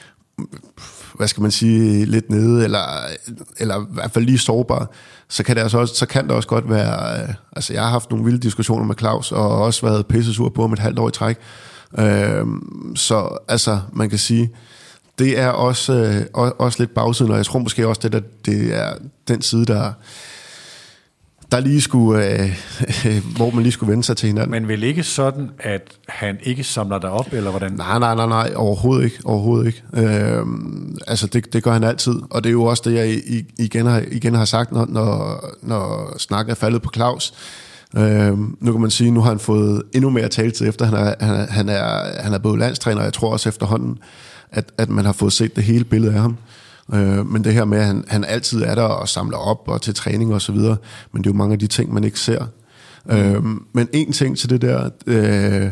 hvad skal man sige, lidt nede, eller, eller i hvert fald lige sårbar, så kan det altså også, så kan det også godt være, øh, altså jeg har haft nogle vilde diskussioner med Claus, og også været pissesur på ham et halvt år i træk. Øh, så altså, man kan sige, det er også, øh, også lidt bagsiden, og jeg tror måske også, det, der, det er den side, der der lige skulle, øh, hvor man lige skulle vende sig til hinanden.
Men vel ikke sådan, at han ikke samler dig op, eller hvordan?
Nej, nej, nej, nej, overhovedet ikke, overhovedet ikke. Øh, altså, det, det gør han altid, og det er jo også det, jeg igen har, igen har sagt, når, når, når snakken er faldet på Claus. Øh, nu kan man sige, nu har han fået endnu mere taletid efter, han er, han er, han er, han er både landstræner, og jeg tror også efterhånden, at, at man har fået set det hele billede af ham. Øh, men det her med, at han, han altid er der og samler op og til træning og så videre, men det er jo mange af de ting, man ikke ser. Mm. Øh, men en ting til det der, øh,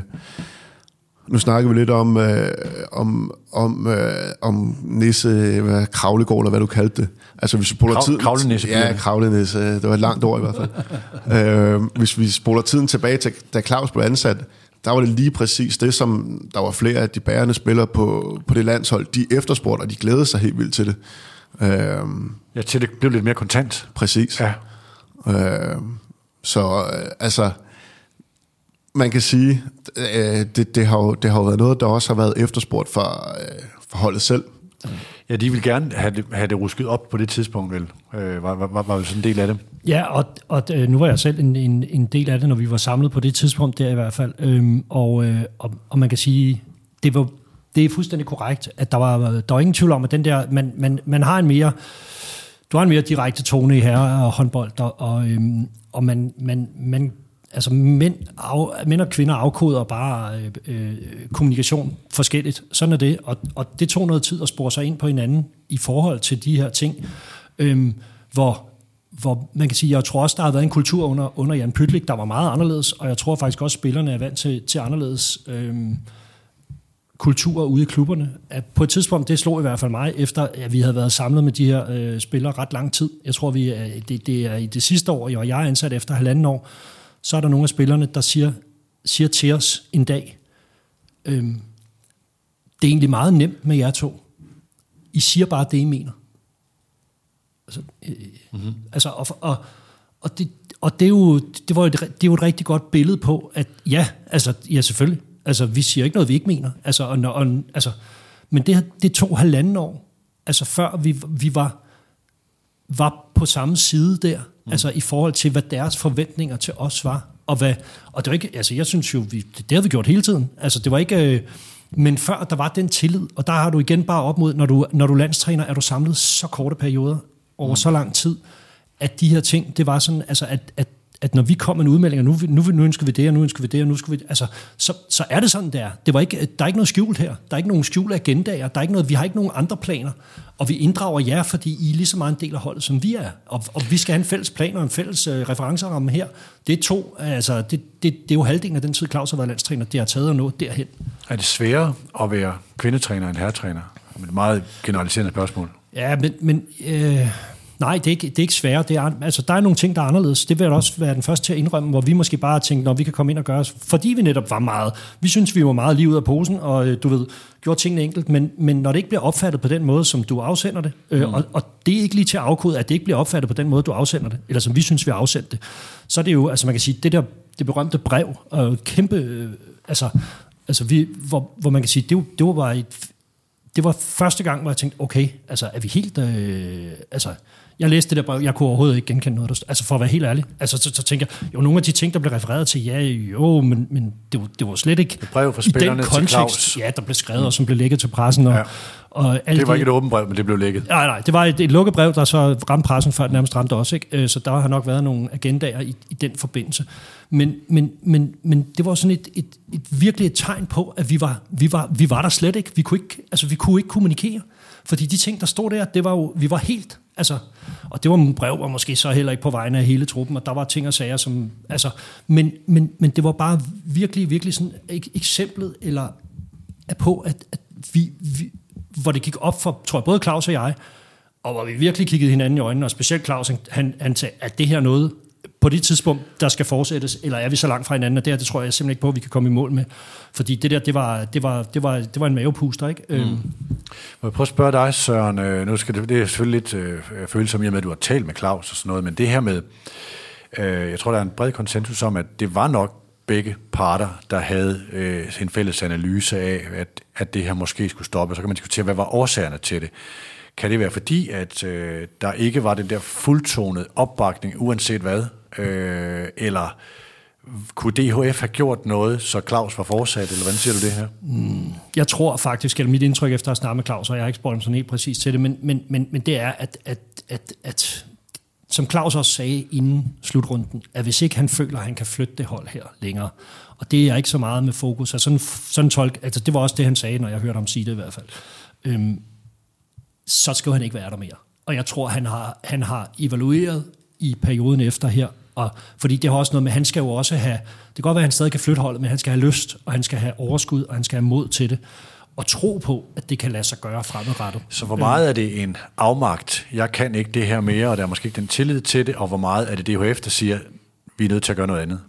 nu snakker vi lidt om, øh, om, om, øh, om Nisse, hvad, Kravlegård, eller hvad du kaldte det. Altså hvis vi spoler
Krav,
tiden...
Kravlenisse.
Ja, Kravlenisse, det var et langt ord i hvert fald. øh, hvis vi spoler tiden tilbage til, da Claus blev ansat, der var det lige præcis det, som der var flere af de bærende spillere på, på det landshold, de efterspurgte, og de glædede sig helt vildt til det. Øhm,
ja, til det blev lidt mere kontant.
Præcis.
Ja.
Øhm, så øh, altså, man kan sige, øh, det, det, har jo, det har jo været noget, der også har været efterspurgt for, øh, for holdet selv.
Ja, de vil gerne have det, have det rusket op på det tidspunkt, vel? Øh, var, var, var jo sådan en del af det.
Ja, og, og nu var jeg selv en, en, en del af det, når vi var samlet på det tidspunkt der i hvert fald. Øhm, og, øh, og, og man kan sige, det, var, det er fuldstændig korrekt, at der var, der var ingen tvivl om, at den der, man, man, man har en mere, du har en mere direkte tone i herre og håndbold, og, og, øhm, og man, man, man altså mænd, af, mænd og kvinder afkoder bare øh, øh, kommunikation forskelligt. Sådan er det, og, og det tog noget tid at spore sig ind på hinanden i forhold til de her ting, øhm, hvor, hvor man kan sige, jeg tror også, der har været en kultur under, under Jan Pytlik, der var meget anderledes, og jeg tror faktisk også, spillerne er vant til, til anderledes øhm, kulturer ude i klubberne. At på et tidspunkt, det slog i hvert fald mig, efter at vi havde været samlet med de her øh, spillere ret lang tid. Jeg tror, vi er, det, det er i det sidste år, og jeg er ansat efter halvanden år, så er der nogle af spillerne, der siger, siger til os en dag, øhm, det er egentlig meget nemt med jer to. I siger bare det, I mener. Altså, øh, mm-hmm. altså og, og, og, det, og det, er jo, det, var jo et, det er jo et rigtig godt billede på, at ja, altså, ja selvfølgelig, altså, vi siger ikke noget, vi ikke mener. Altså, og, og, altså, men det, det tog halvanden år, altså før vi, vi var, var på samme side der, mm. altså i forhold til, hvad deres forventninger til os var. Og, hvad, og det var ikke, altså jeg synes jo, vi, det har vi gjort hele tiden. Altså det var ikke, øh, men før der var den tillid, og der har du igen bare op mod, når du, når du landstræner, er du samlet så korte perioder over mm. så lang tid, at de her ting, det var sådan, altså at, at at når vi kom med en udmelding, og nu, nu, nu ønsker vi det, og nu ønsker vi det, og nu skal vi altså, så, så er det sådan der. Det var ikke, der er ikke noget skjult her. Der er ikke nogen skjult agendaer. Der er ikke noget, vi har ikke nogen andre planer. Og vi inddrager jer, fordi I er lige så meget en del af holdet, som vi er. Og, og vi skal have en fælles plan og en fælles uh, referenceramme her. Det er to, altså, det, det, det er jo halvdelen af den tid, Claus har været landstræner. Det har taget at nå derhen.
Er det sværere at være kvindetræner end herretræner? Det er et meget generaliserende spørgsmål.
Ja, men... men øh Nej, det er ikke, det er ikke svært. Det er, altså, der er nogle ting, der er anderledes. Det vil jeg også være den første til at indrømme, hvor vi måske bare tænkte, når vi kan komme ind og gøre os, fordi vi netop var meget, vi synes, vi var meget lige ud af posen, og du ved, gjorde tingene enkelt, men, men når det ikke bliver opfattet på den måde, som du afsender det, mm. øh, og, og det er ikke lige til at afkode, at det ikke bliver opfattet på den måde, du afsender det, eller som vi synes, vi har afsendt det, så er det jo, altså man kan sige, det der, det berømte brev, og øh, kæmpe, øh, altså, altså vi, hvor, hvor man kan sige, det, det var bare et, det var første gang, hvor jeg tænkte, okay, altså er vi helt, øh, altså, jeg læste det der brev, jeg kunne overhovedet ikke genkende noget, der stod. Altså for at være helt ærlig. Altså så, så tænker jeg, jo nogle af de ting, der blev refereret til, ja jo, men, men det, var, det var slet ikke
et brev fra
i den
kontekst,
til Claus. Ja, der blev skrevet, mm. og som blev lækket til pressen. Og,
ja.
og
det var de, ikke et åbent brev, men det blev lækket. Nej,
nej, det var et, et lukket brev, der så ramte pressen, før det nærmest ramte også. Ikke? Så der har nok været nogle agendaer i, i den forbindelse. Men, men, men, men det var sådan et, et, et virkelig et tegn på, at vi var, vi var, vi var der slet ikke. Vi kunne ikke, altså, vi kunne ikke kommunikere. Fordi de ting, der stod der, det var jo, vi var helt, altså, og det var en brev, og måske så heller ikke på vegne af hele truppen, og der var ting og sager, som, altså, men, men, men det var bare virkelig, virkelig sådan et eksemplet, eller på, at, at vi, vi, hvor det gik op for, tror jeg, både Claus og jeg, og hvor vi virkelig kiggede hinanden i øjnene, og specielt Claus, han, han sagde, at det her noget, på det tidspunkt, der skal fortsættes, eller er vi så langt fra hinanden, og det her, det tror jeg simpelthen ikke på, at vi kan komme i mål med. Fordi det der, det var, det var, det var, det var en mavepuster, ikke? Mm. Øhm.
Må jeg prøve at spørge dig, Søren, nu skal det, det er selvfølgelig lidt øh, følsomt, i og med, at du har talt med Claus og sådan noget, men det her med, øh, jeg tror, der er en bred konsensus om, at det var nok begge parter, der havde øh, en fælles analyse af, at, at det her måske skulle stoppe, så kan man diskutere, hvad var årsagerne til det. Kan det være fordi, at øh, der ikke var den der fuldtonede opbakning, uanset hvad, øh, eller kunne D H F have gjort noget, så Claus var fortsat, eller hvordan siger du det her?
Mm, jeg tror faktisk, eller mit indtryk efter at snakke med Claus, og jeg har ikke spurgt ham sådan helt præcis til det, men, men, men, men det er, at, at, at, at som Claus også sagde inden slutrunden, at hvis ikke han føler, at han kan flytte det hold her længere, og det er ikke så meget med fokus, altså sådan, sådan tolk, altså det var også det, han sagde, når jeg hørte ham sige det i hvert fald, øhm, så skal han ikke være der mere. Og jeg tror, han har, han har evalueret i perioden efter her, og fordi det har også noget med, han skal jo også have, det kan godt være, at han stadig kan flytte holdet, men han skal have lyst, og han skal have overskud, og han skal have mod til det, og tro på, at det kan lade sig gøre fremadrettet.
Så hvor meget er det en afmagt? Jeg kan ikke det her mere, og der er måske ikke den tillid til det, og hvor meget er det D H F, der siger, vi er nødt til at gøre noget andet?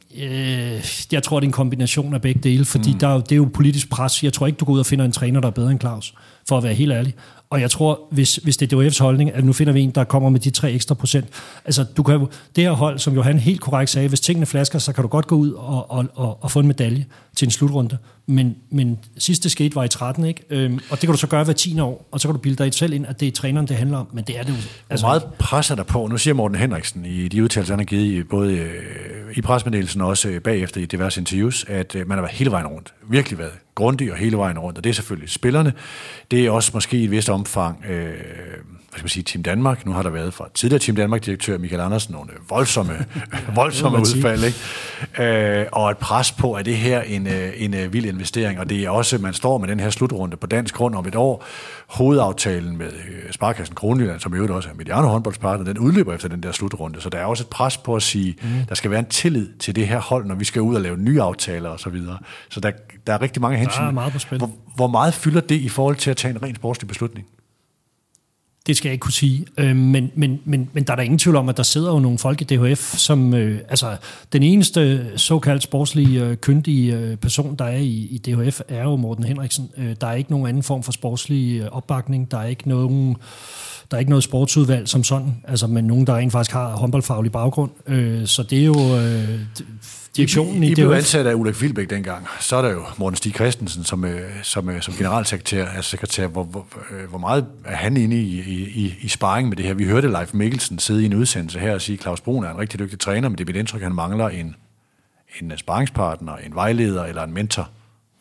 Øh, jeg tror, det er en kombination af begge dele, fordi mm. der, det er jo politisk pres. Jeg tror ikke, du går ud og finder en træner, der er bedre end Claus, for at være helt ærlig. Og jeg tror, hvis, hvis det er D H F's holdning, at nu finder vi en, der kommer med de tre ekstra procent. Altså, du kan jo, det her hold, som Johan helt korrekt sagde, hvis tingene flasker, så kan du godt gå ud og, og, og, og få en medalje til en slutrunde. Men, men sidste skete var i tretten, ikke? Øhm, og det kan du så gøre hver tiende år, og så kan du bilde dig selv ind, at det er træneren, det handler om. Men det er det jo.
Altså, hvor meget presser der på? Nu siger Morten Henriksen i de udtalelser, han har givet i, både øh, i pressemeddelelsen og også øh, bagefter i diverse interviews, at øh, man har været hele vejen rundt. Virkelig været grundig og hele vejen rundt. Og det er selvfølgelig spillerne. Det er også måske i et vist omfang øh, hvad skal man sige, Team Danmark. Nu har der været fra tidligere Team Danmark-direktør Michael Andersen nogle voldsomme, voldsomme udfald. Ikke? Øh, og et pres på, at det her en, en, en vild investering. Og det er også, man står med den her slutrunde på dansk grund om et år. Hovedaftalen med Sparekassen Kronjylland, som i øvrigt også er Mediano håndboldspartner, den udløber efter den der slutrunde. Så der er også et pres på at sige, mm. der skal være en tillid til det her hold, når vi skal ud og lave nye aftaler og så videre. Så der, der er rigtig mange hensyn.
Der er meget på spil.
Hvor, hvor meget fylder det i forhold til at tage en ren sportslig beslutning?
Det skal jeg ikke kunne sige, øh, men, men, men, men der er der ingen tvivl om, at der sidder jo nogle folk i D H F, som, øh, altså den eneste såkaldt sportslige, øh, kyndige øh, person, der er i, i D H F, er jo Morten Henriksen. Øh, der er ikke nogen anden form for sportslig øh, opbakning, der er ikke nogen, der er ikke noget sportsudvalg som sådan, altså, men nogen, der rent faktisk har håndboldfaglig baggrund. Øh, så det er jo øh, direktionen i, i, i D H F. I blev
ansat af Ulrik Filbæk dengang. Så er der jo Morten Stig Christensen som, som, som generalsekretær. Altså sekretær. Hvor, hvor, hvor meget er han inde i, i, i sparring med det her? Vi hørte Leif Mikkelsen sidde i en udsendelse her og sige, at Claus Brun er en rigtig dygtig træner, men det er mit indtryk, at han mangler en, en sparringspartner, en vejleder eller en mentor.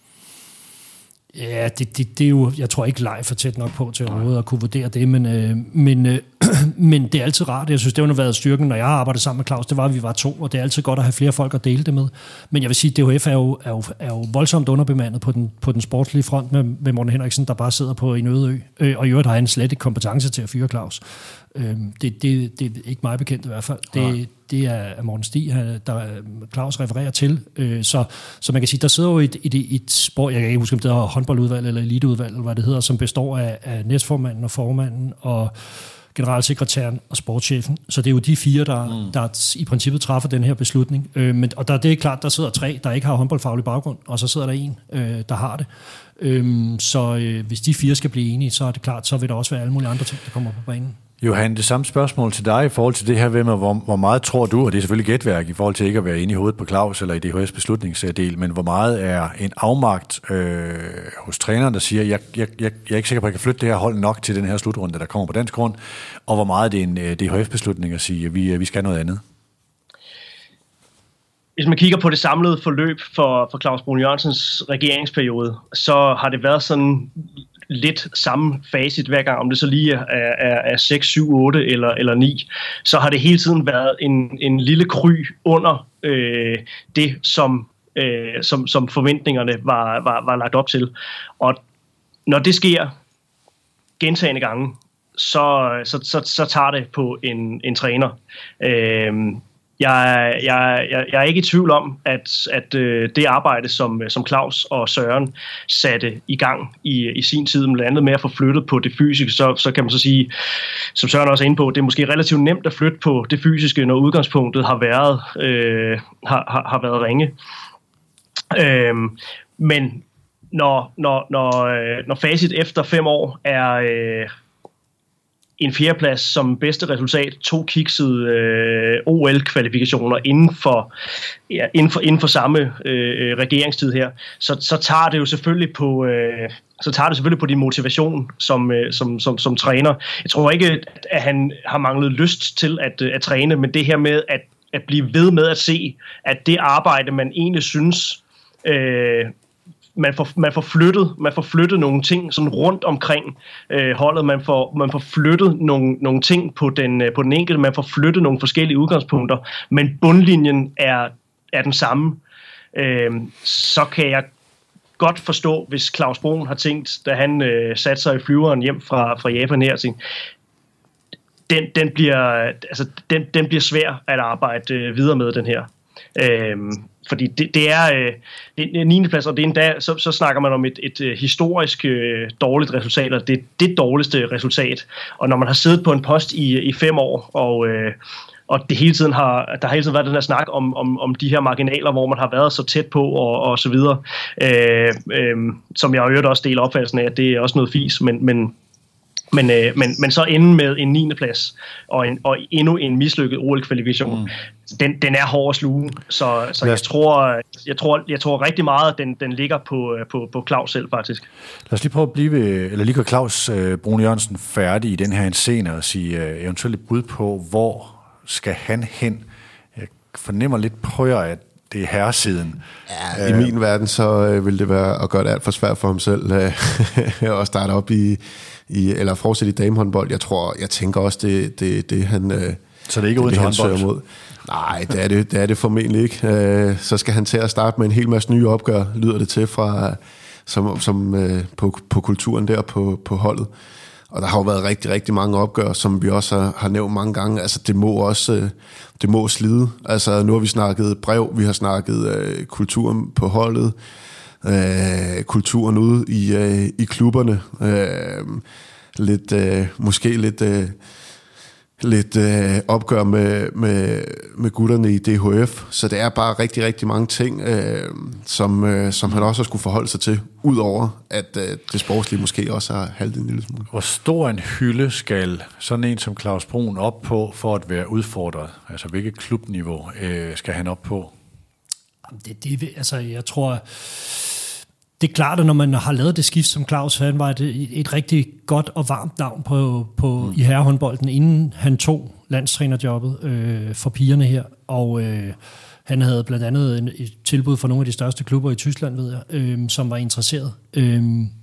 Ja, det, det, det er jo, jeg tror ikke Leif er tæt nok på til overhovedet at kunne vurdere det, men, øh, men, øh, men det er altid rart. Jeg synes, det har været styrken, når jeg har arbejdet sammen med Claus, det var, at vi var to, og det er altid godt at have flere folk at dele det med. Men jeg vil sige, at D H F er jo, er jo, er jo voldsomt underbemandet på den, på den sportslige front med, med Morten Henriksen, der bare sidder på en øde ø, øh, og i øvrigt har han slet ikke kompetence til at fyre Claus. Øh, det, det, det er ikke meget bekendt i hvert fald. Det, det er Morten Stig, der Claus refererer til. Så, så man kan sige, der sidder jo et, et, et spor, jeg kan ikke huske, om det hedder håndboldudvalg eller eliteudvalg, eller hvad det hedder, som består af, af næstformanden og formanden og generalsekretæren og sportschefen. Så det er jo de fire, der, mm. der i princippet træffer den her beslutning. Men, og der, det er klart, der sidder tre, der ikke har håndboldfaglig baggrund, og så sidder der en, der har det. Så hvis de fire skal blive enige, så er det klart, så vil der også være alle mulige andre ting, der kommer på banen.
Johan, det samme spørgsmål til dig i forhold til det her med, hvor, hvor meget tror du, og det er selvfølgelig gætværk i forhold til ikke at være inde i hovedet på Claus eller i D H F's beslutningsdel, men hvor meget er en afmagt øh, hos træneren, der siger, jeg, jeg, jeg, jeg er ikke sikker på, at jeg kan flytte det her hold nok til den her slutrunde, der kommer på dansk grund, og hvor meget er det en D H F-beslutning at sige, at vi, vi skal noget andet?
Hvis man kigger på det samlede forløb for, for Claus Brun Jørgensens regeringsperiode, så har det været sådan lidt samme facit hver gang, om det så lige er, er, er seks, syv, otte eller, eller ni, så har det hele tiden været en, en lille kry under øh, det, som, øh, som, som forventningerne var, var, var lagt op til. Og når det sker gentagne gange, så, så, så, så tager det på en, en træner. Øh, Jeg, jeg, jeg, jeg er ikke i tvivl om, at, at øh, det arbejde, som, som Claus og Søren satte i gang i, i sin tid, blandt andet med at få flyttet på det fysiske, så, så kan man så sige, som Søren også er inde på, det er måske relativt nemt at flytte på det fysiske, når udgangspunktet har været, øh, har, har, har været ringe. Øh, men når, når, når, når facit efter fem år er Øh, en fjerdeplads som bedste resultat, to kiksede øh, O L-kvalifikationer inden for, ja, inden for, inden for samme øh, regeringstid her, så, så tager det jo selvfølgelig på øh, så tager det selvfølgelig på din motivation som, øh, som, som, som træner. Jeg tror ikke, at han har manglet lyst til at, at træne, men det her med at, at blive ved med at se, at det arbejde, man egentlig synes, øh, Man får, man får flyttet, man får flyttet nogle ting sådan rundt omkring øh, holdet. Man får, man får flyttet nogle, nogle ting på den, på den enkelte. Man får flyttet nogle forskellige udgangspunkter. Men bundlinjen er, er den samme. Øh, så kan jeg godt forstå, hvis Claus Brun har tænkt, da han øh, satte sig i flyveren hjem fra, fra Japan her, tænkte, den, den, bliver, altså, den, den bliver svær at arbejde øh, videre med, den her. Øh, Fordi det, det er øh, det er niende plads, og det er endda, så, så snakker man om et, et, et historisk øh, dårligt resultat, og det er det dårligste resultat. Og når man har siddet på en post i, i fem år, og, øh, og det hele tiden har, der har hele tiden været den her snak om, om, om de her marginaler, hvor man har været så tæt på, og, og så videre. Øh, øh, som jeg har hørt også dele opfattelsen af, at det er også noget fis, men, men Men, øh, men, men så ende med en niende plads og, en, og endnu en mislykket O L-kvalifikation, mm. den, den er hård at sluge. Så, så jeg, tror, jeg, tror, jeg tror rigtig meget, at den, den ligger på, på, på Claus selv, faktisk.
Lad os lige prøve at blive, eller lige gøre Claus øh, Brune Jørgensen færdig i den her scene og sige øh, eventuelt et bud på, hvor skal han hen? Jeg fornemmer lidt på jer, at det er herresiden.
Ja, i øh, min verden, så øh, vil det være at gøre det alt for svært for ham selv øh, at starte op i I, eller fortsætte i damehåndbold. Jeg tror, jeg tænker også, det det, det han øh,
så det er ikke uden til håndbold?
Mod. Nej, det er det, det er det formentlig ikke. Øh, så skal han til at starte med en hel masse nye opgør, lyder det til, fra, som, som øh, på, på kulturen der på, på holdet. Og der har jo været rigtig, rigtig mange opgør, som vi også har, har nævnt mange gange. Altså, det må også øh, det må slide. Altså, nu har vi snakket brev, vi har snakket øh, kulturen på holdet, øh, kulturen ude i, øh, i klubberne, øh, lidt, øh, måske lidt, øh, lidt øh, opgør med, med, med gutterne i D H F, så det er bare rigtig, rigtig mange ting, øh, som, øh, som han også har skulle forholde sig til, udover at øh, det sportslige måske også har haltet en lille smule.
Hvor stor en hylde skal sådan en som Claus Brun op på, for at være udfordret? Altså, hvilket klubniveau øh, skal han op på?
Det, det, altså, jeg tror... Det er klart, at når man har lavet det skift, som Claus, han var et, et rigtig godt og varmt navn på, på, mm. i herrehåndbolden, inden han tog landstrænerjobbet øh, for pigerne her. Og øh, han havde blandt andet en, et tilbud fra nogle af de største klubber i Tyskland, ved jeg, øh, som var interesseret. Øh,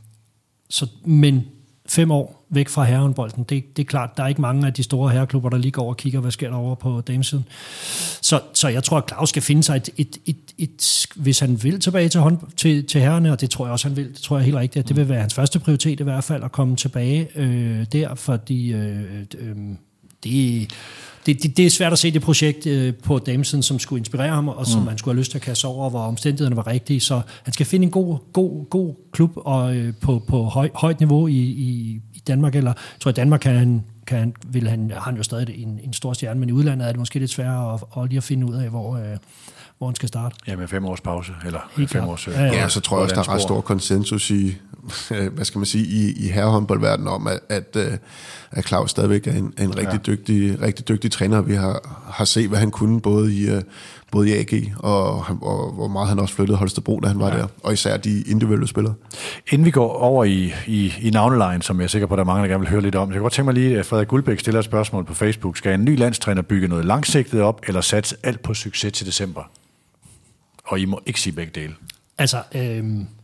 så, men fem år væk fra herrehåndbolden, det, det er klart, der er ikke mange af de store herreklubber, der lige går og kigger, hvad sker der over på damesiden. Så, så jeg tror, at Claus skal finde sig et, et, et, et hvis han vil tilbage til, hånd, til, til herrerne, og det tror jeg også, han vil, det tror jeg helt rigtigt, at det vil være hans første prioritet i hvert fald, at komme tilbage øh, der, fordi øh, øh, det, det, det, det er svært at se det projekt øh, på damesiden, som skulle inspirere ham, og som mm. han skulle have lyst til at kaste over, hvor omstændighederne var rigtige, så han skal finde en god, god, god klub og, øh, på, på høj, højt niveau i, i, i Danmark, eller jeg tror, i Danmark kan han Kan han, vil han, har han jo stadig en, en stor stjerne, men i udlandet er det måske lidt sværere at, at lige at finde ud af, hvor, øh, hvor han skal starte.
Ja, med fem års pause, eller
Helt
fem
klart.
års...
Ja, ja.
Ja, så tror jeg også, der er ret stor konsensus i, hvad skal man sige, i, i herrehåndboldverdenen om, at, at, at Claus stadigvæk er en, en rigtig, ja. dygtig, rigtig dygtig træner. Vi har, har set, hvad han kunne, både i, både i A G, og, og hvor meget han også flyttede Holstebro, da han var ja. der, og især de individuelle spillere.
Inden vi går over i, i, i navnelejen, som jeg er sikker på, at der er mange, der gerne vil høre lidt om, så jeg kan godt tænke mig lige, at Frederik Guldbæk stiller et spørgsmål på Facebook. Skal en ny landstræner bygge noget langsigtet op, eller satse alt på succes til december? Og I må ikke sige begge dele.
Altså, øh,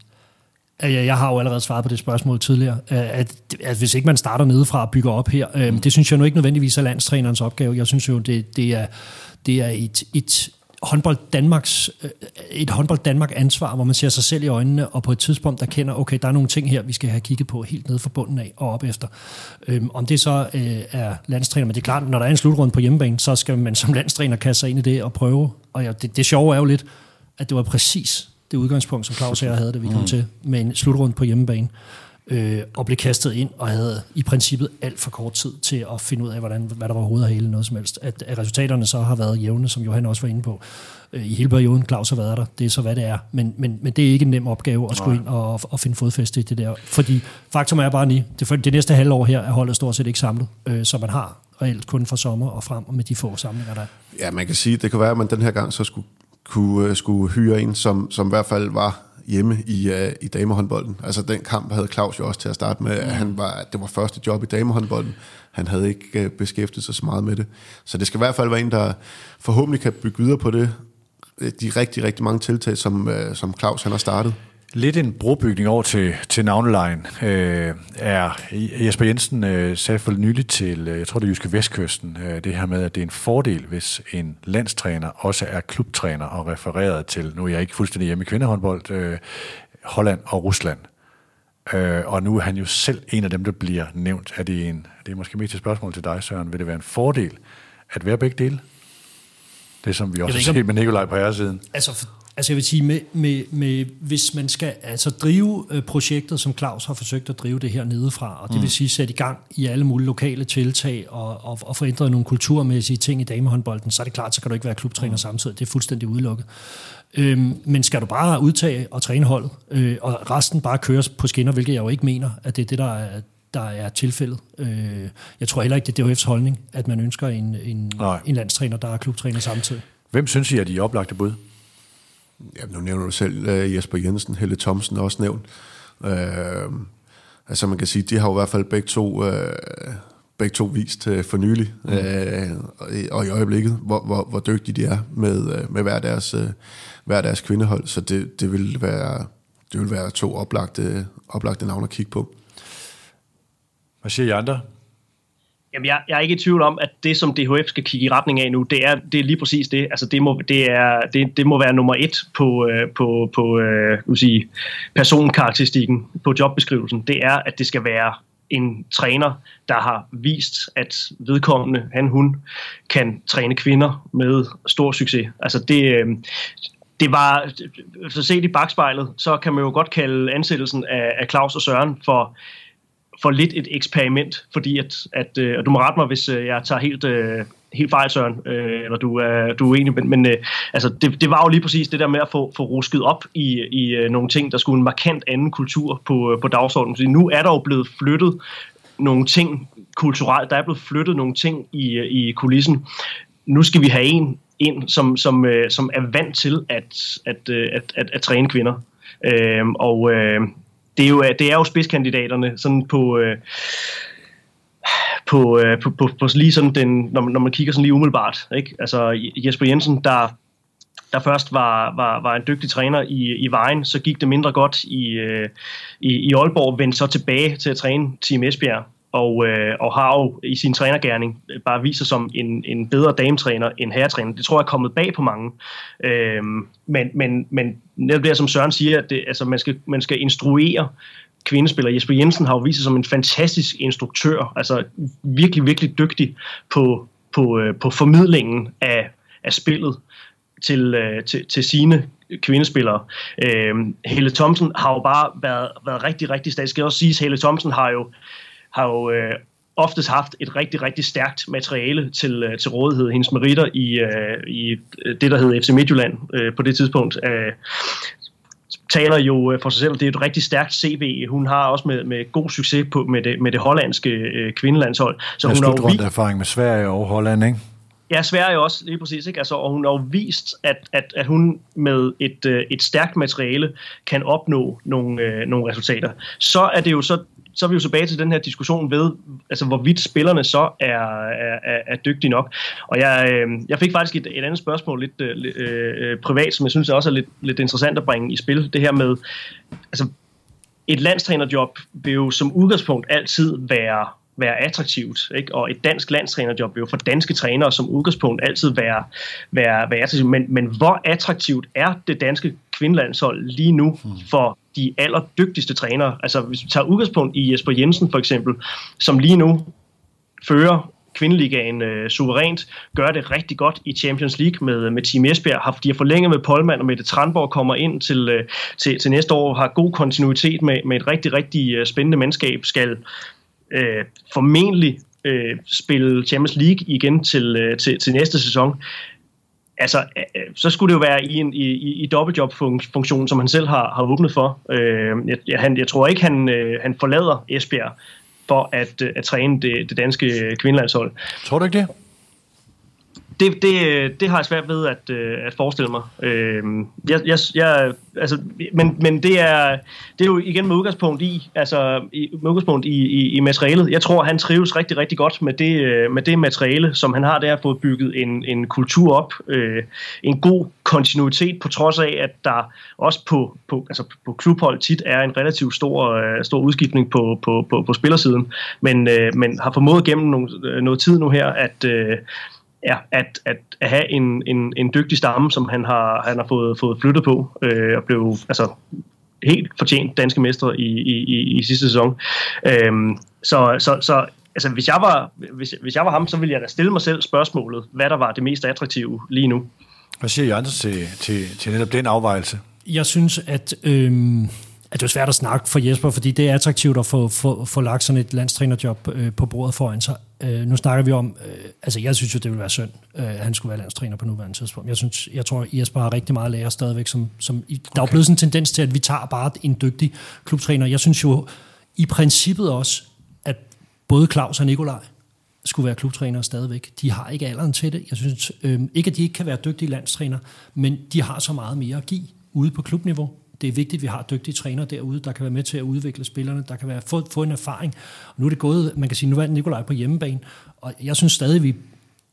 jeg har jo allerede svaret på det spørgsmål tidligere, at, at hvis ikke man starter nedefra og bygger op her, øh, mm. det synes jeg nu ikke nødvendigvis er landstrænerens opgave. Jeg synes jo, det, det er, det er et, et håndbold Danmarks, et håndbold Danmark ansvar, hvor man ser sig selv i øjnene, og på et tidspunkt, der kender, okay, der er nogle ting her, vi skal have kigget på helt nede fra bunden af og op efter. Øhm, om det så øh, er landstræner, men det er klart, når der er en slutrunde på hjemmebane, så skal man som landstræner kaste sig ind i det og prøve. Og ja, det, det sjove er jo lidt, at det var præcis det udgangspunkt, som Claus og jeg havde, da vi kom mm. til, med en slutrunde på hjemmebane, øh, og blev kastet ind, og havde i princippet alt for kort tid til at finde ud af, hvordan, hvad der var hovedet af hele noget som helst. At, at resultaterne så har været jævne, som Johan også var inde på, øh, i hele perioden. Claus har været der, det er så, hvad det er. Men, men, men det er ikke en nem opgave at skulle ind og, og finde fodfæste i det der. Fordi faktum er bare lige, det, det næste halvår her er holdet stort set ikke samlet, øh, så man har reelt kun fra sommer og frem, og med de få samlinger, der er.
Ja, man kan sige, det kan være, at man den her gang så skulle kunne skulle hyre en, som, som i hvert fald var hjemme i, uh, i damehåndbolden. Altså den kamp havde Claus jo også til at starte med, at han var, det var første job i damehåndbolden. Han havde ikke uh, beskæftiget sig så meget med det. Så det skal i hvert fald være en, der forhåbentlig kan bygge videre på det. De rigtig, rigtig mange tiltag, som, uh, som Claus han har startet.
Lidt en brobygning over til, til navnelejen øh, er, Jesper Jensen øh, sagde for nylig til, jeg tror det er Jyske Vestkysten, øh, det her med, at det er en fordel, hvis en landstræner også er klubtræner og refereret til, nu er jeg ikke fuldstændig hjemme i kvindehåndbold, øh, Holland og Rusland. Øh, og nu er han jo selv en af dem, der bliver nævnt. Er det, en, det er måske mest et spørgsmål til dig, Søren. Vil det være en fordel at være begge dele? Det som vi også har set med Nikolaj på herresiden.
Altså, Altså jeg vil sige, med, med, med, hvis man skal altså drive øh, projektet, som Claus har forsøgt at drive det her nedefra, og det mm. vil sige sætte i gang i alle mulige lokale tiltag og, og, og forændre nogle kulturmæssige ting i damehåndbolden, så er det klart, så kan du ikke være klubtræner mm. samtidig. Det er fuldstændig udelukket. Øhm, men skal du bare udtage og træne holdet, øh, og resten bare køres på skinner, hvilket jeg jo ikke mener, at det er det, der er, der er tilfældet. Øh, jeg tror heller ikke, det er D H F's holdning, at man ønsker en, en, en landstræner, der er klubtræner samtidig.
Hvem synes I er de oplagte bud?
Ja, nu nævner du selv uh, Jesper Jensen, Helle Thomsen er også nævnt. Uh, altså man kan sige, de har jo i hvert fald begge to, uh, begge to vist uh, for nylig, mm. uh, og i øjeblikket, hvor, hvor, hvor dygtige de er med, uh, med hver, deres, uh, hver deres kvindehold. Så det, det, vil være, det vil være to oplagte, oplagte navne at kigge på.
Hvad siger I andre?
Jamen, jeg, jeg er ikke i tvivl om, at det, som D H F skal kigge i retning af nu, det er, det er lige præcis det. Altså, det må, det er, det, det må være nummer et på, på, på uh, sige, personkarakteristikken, på jobbeskrivelsen. Det er, at det skal være en træner, der har vist, at vedkommende, han, hun, kan træne kvinder med stor succes. Altså, det... Det var, så set i bagspejlet, så kan man jo godt kalde ansættelsen af, af Claus og Søren for... for lidt et eksperiment, fordi at, at øh, og du må rette mig, hvis øh, jeg tager helt, øh, helt fejl, Søren, øh, eller du er, du er uenig, men, men øh, altså, det, det var jo lige præcis det der med at få, få rusket op i, i øh, nogle ting, der skulle en markant anden kultur på, på dagsordenen. Så nu er der jo blevet flyttet nogle ting kulturelt, der er blevet flyttet nogle ting i, i kulissen. Nu skal vi have en ind, som, som, øh, som er vant til at, at, at, at, at træne kvinder. Øh, og øh, Det er, jo, det er jo spidskandidaterne sådan på, øh, på, øh, på, på, på lige sådan den, når man, når man kigger sådan lige umiddelbart, ikke? Altså Jesper Jensen, der, der først var, var, var en dygtig træner i, i Vejen, så gik det mindre godt i, øh, i, i Aalborg, vendte så tilbage til at træne Team Esbjerg. Og, øh, og har jo i sin trænergerning bare vist sig som en, en bedre dametræner end herretræner. Det tror jeg er kommet bag på mange. Øhm, men, men, men netop det, som Søren siger, at det, altså, man, skal, man skal instruere kvindespillere. Jesper Jensen har jo vist sig som en fantastisk instruktør, altså virkelig, virkelig dygtig på, på, øh, på formidlingen af, af spillet til, øh, til, til sine kvindespillere. Øhm, Helle Thomsen har jo bare været, været rigtig, rigtig stærk. Det skal også siges, Helle Thomsen har jo har jo øh, oftest haft et rigtig, rigtig stærkt materiale til, øh, til rådighed. Hendes meritter i, øh, i det, der hed F C Midtjylland øh, på det tidspunkt, øh, taler jo for sig selv. Det er et rigtig stærkt C V. Hun har også med, med god succes på, med, det, med det hollandske øh, kvindelandshold. Så
hun
har
jo vi- erfaring med Sverige og Holland, ikke?
Ja, Sverige også, lige præcis. Ikke? Altså, og hun har jo vist, at, at, at hun med et, øh, et stærkt materiale kan opnå nogle, øh, nogle resultater. Så er det jo så så er vi jo tilbage til den her diskussion ved, altså hvorvidt spillerne så er, er, er dygtige nok. Og jeg, øh, jeg fik faktisk et, et andet spørgsmål lidt øh, privat, som jeg synes også er lidt, lidt interessant at bringe i spil. Det her med, altså et landstrænerjob vil jo som udgangspunkt altid være, være attraktivt, ikke? Og et dansk landstrænerjob vil jo for danske trænere som udgangspunkt altid være, være, være attraktivt. Men, men hvor attraktivt er det danske kvindelandshold lige nu for de allerdygtigste trænere? Altså hvis vi tager udgangspunkt i Jesper Jensen for eksempel, som lige nu fører kvindeligaen øh, suverænt, gør det rigtig godt i Champions League med, med Team Esbjerg. Har, de har forlænget med Poulmann, og Mette Tranborg kommer ind til, øh, til, til næste år, har god kontinuitet med, med et rigtig, rigtig øh, spændende mandskab, skal øh, formentlig øh, spille Champions League igen til, øh, til, til næste sæson. Altså, øh, så skulle det jo være i en i, i, i dobbeltjob-funktion, som han selv har, har åbnet for. Øh, jeg, han, jeg tror ikke, han, øh, han forlader Esbjerg for at, at træne det, det danske kvindelandshold.
Tror du ikke det?
Det, det, det har jeg svært ved at, at forestille mig. Jeg, jeg, jeg, altså, men men det, er, det er jo igen med udgangspunkt i, altså, med udgangspunkt i, i, i materialet. Jeg tror, han trives rigtig, rigtig godt med det, med det materiale, som han har der, fået bygget en, en kultur op. En god kontinuitet, på trods af, at der også på, på, altså på klubhold tit er en relativt stor, stor udskiftning på, på, på, på spillersiden. Men, men har formået gennem nogle, noget tid nu her, at Ja, at, at, at have en, en, en dygtig stamme, som han har, han har fået, fået flyttet på, øh, og blev altså, helt fortjent danske mestre i, i, i, i sidste sæson. Øhm, så så, så altså, hvis, jeg var, hvis, hvis jeg var ham, så ville jeg da stille mig selv spørgsmålet, hvad der var det mest attraktive lige nu.
Hvad siger I andre til, til, til netop den afvejelse?
Jeg synes, at, øhm, at det er svært at snakke for Jesper, fordi det er attraktivt at få, få, få lagt sådan et landstrænerjob øh, på bordet foran sig. Øh, nu snakker vi om, øh, altså jeg synes jo, det ville være synd, øh, at han skulle være landstræner på nuværende tidspunkt. Jeg synes, jeg tror, Jesper har rigtig meget at lære stadigvæk. Som, som, okay. Der er jo blevet sådan en tendens til, at vi tager bare en dygtig klubtræner. Jeg synes jo i princippet også, at både Claus og Nikolaj skulle være klubtrænere stadigvæk. De har ikke alderen til det. Jeg synes øh, ikke, at de ikke kan være dygtige landstræner, men de har så meget mere at give ude på klubniveau. Det er vigtigt, at vi har dygtige trænere derude, der kan være med til at udvikle spillerne, der kan være, få, få en erfaring. Og nu er det gået, man kan sige, nu er Nikolaj på hjemmebane, og jeg synes stadig, vi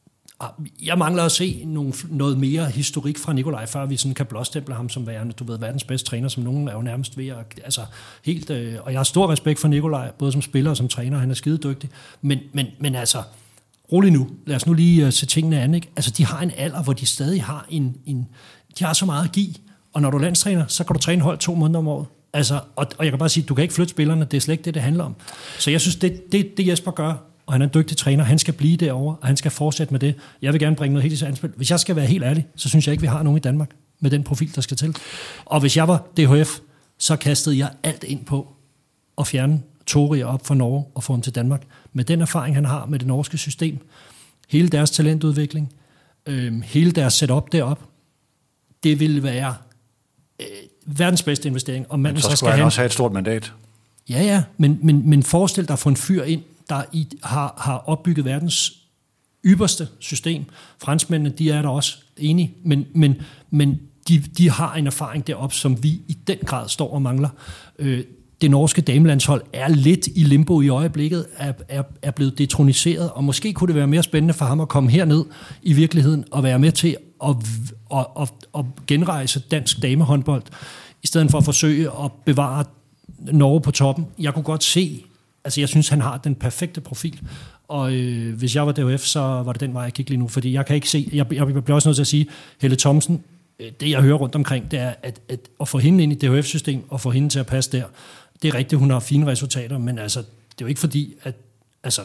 jeg mangler at se nogle, noget mere historik fra Nikolaj, før vi sådan kan blåstemple ham som værende, du ved, verdens bedste træner, som nogen er jo nærmest ved at, altså helt, øh, og jeg har stor respekt for Nikolaj, både som spiller og som træner, han er skidedygtig, men, men, men altså, rolig nu, lad os nu lige uh, se tingene an, ikke? Altså, de har en alder, hvor de stadig har en, en, de har så meget at give, og når du er landstræner, så kan du træne hold to måneder om året, altså, og, og jeg kan bare sige, du kan ikke flytte spillerne, det er slet ikke det, det handler om, så jeg synes, det, det, det Jesper gør, og han er en dygtig træner, han skal blive derovre, og han skal fortsætte med det. Jeg vil gerne bringe noget helt i anspil. Hvis jeg skal være helt ærlig, så synes jeg ikke, vi har nogen i Danmark med den profil, der skal til. Og hvis jeg var D H F, så kastede jeg alt ind på at fjerne Tori op fra Norge og få ham til Danmark. Med den erfaring, han har med det norske system, hele deres talentudvikling, øh, hele deres setup derop, det vil være øh, verdens bedste investering. Og
men så, så skulle han også have et stort mandat.
Ja, ja, men, men, men forestil dig at få en fyr ind, der i, har, har opbygget verdens ypperste system. Franskmændene, de er der også enige, men, men, men de, de har en erfaring deroppe, som vi i den grad står og mangler. Øh, det norske damelandshold er lidt i limbo i øjeblikket, er, er, er blevet detroniseret, og måske kunne det være mere spændende for ham at komme herned i virkeligheden og være med til at, at, at, at genrejse dansk damehåndbold, i stedet for at forsøge at bevare Norge på toppen. Jeg kunne godt se, altså jeg synes, han har den perfekte profil, og øh, hvis jeg var D H F, så var det den vej, jeg gik lige nu, fordi jeg kan ikke se, jeg, jeg bliver også nødt til at sige, Helle Thomsen, det jeg hører rundt omkring, det er, at, at, at få hende ind i D H F-system, og få hende til at passe der, det er rigtigt, hun har fine resultater, men altså, det er jo ikke fordi, at, altså,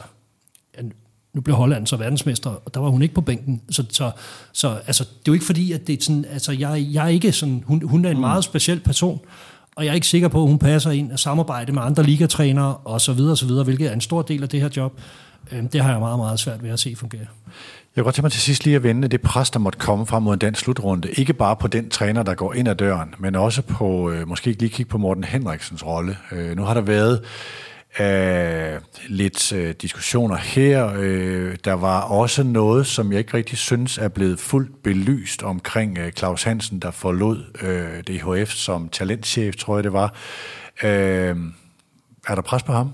nu blev Holland så verdensmester, og der var hun ikke på bænken, så, så, så altså, det er jo ikke fordi, at det er sådan, altså, jeg, jeg er ikke sådan, hun, hun er en meget speciel person, og jeg er ikke sikker på, at hun passer ind og samarbejde med andre ligatrænere og så videre, og så videre, hvilket er en stor del af det her job. Det har jeg meget, meget svært ved at se fungere.
Jeg kan godt tænke mig til sidst lige at vende det pres, der måtte komme frem mod en dansk slutrunde. Ikke bare på den træner, der går ind ad døren, men også på, øh, måske lige kigge på Morten Henriksens rolle. Øh, nu har der været øh, lidt øh, diskussioner her. Øh, der var også noget, som jeg ikke rigtig synes er blevet fuldt belyst omkring øh, Claus Hansen, der forlod øh, D H F som talentchef, tror jeg det var. Øh, er der pres på ham?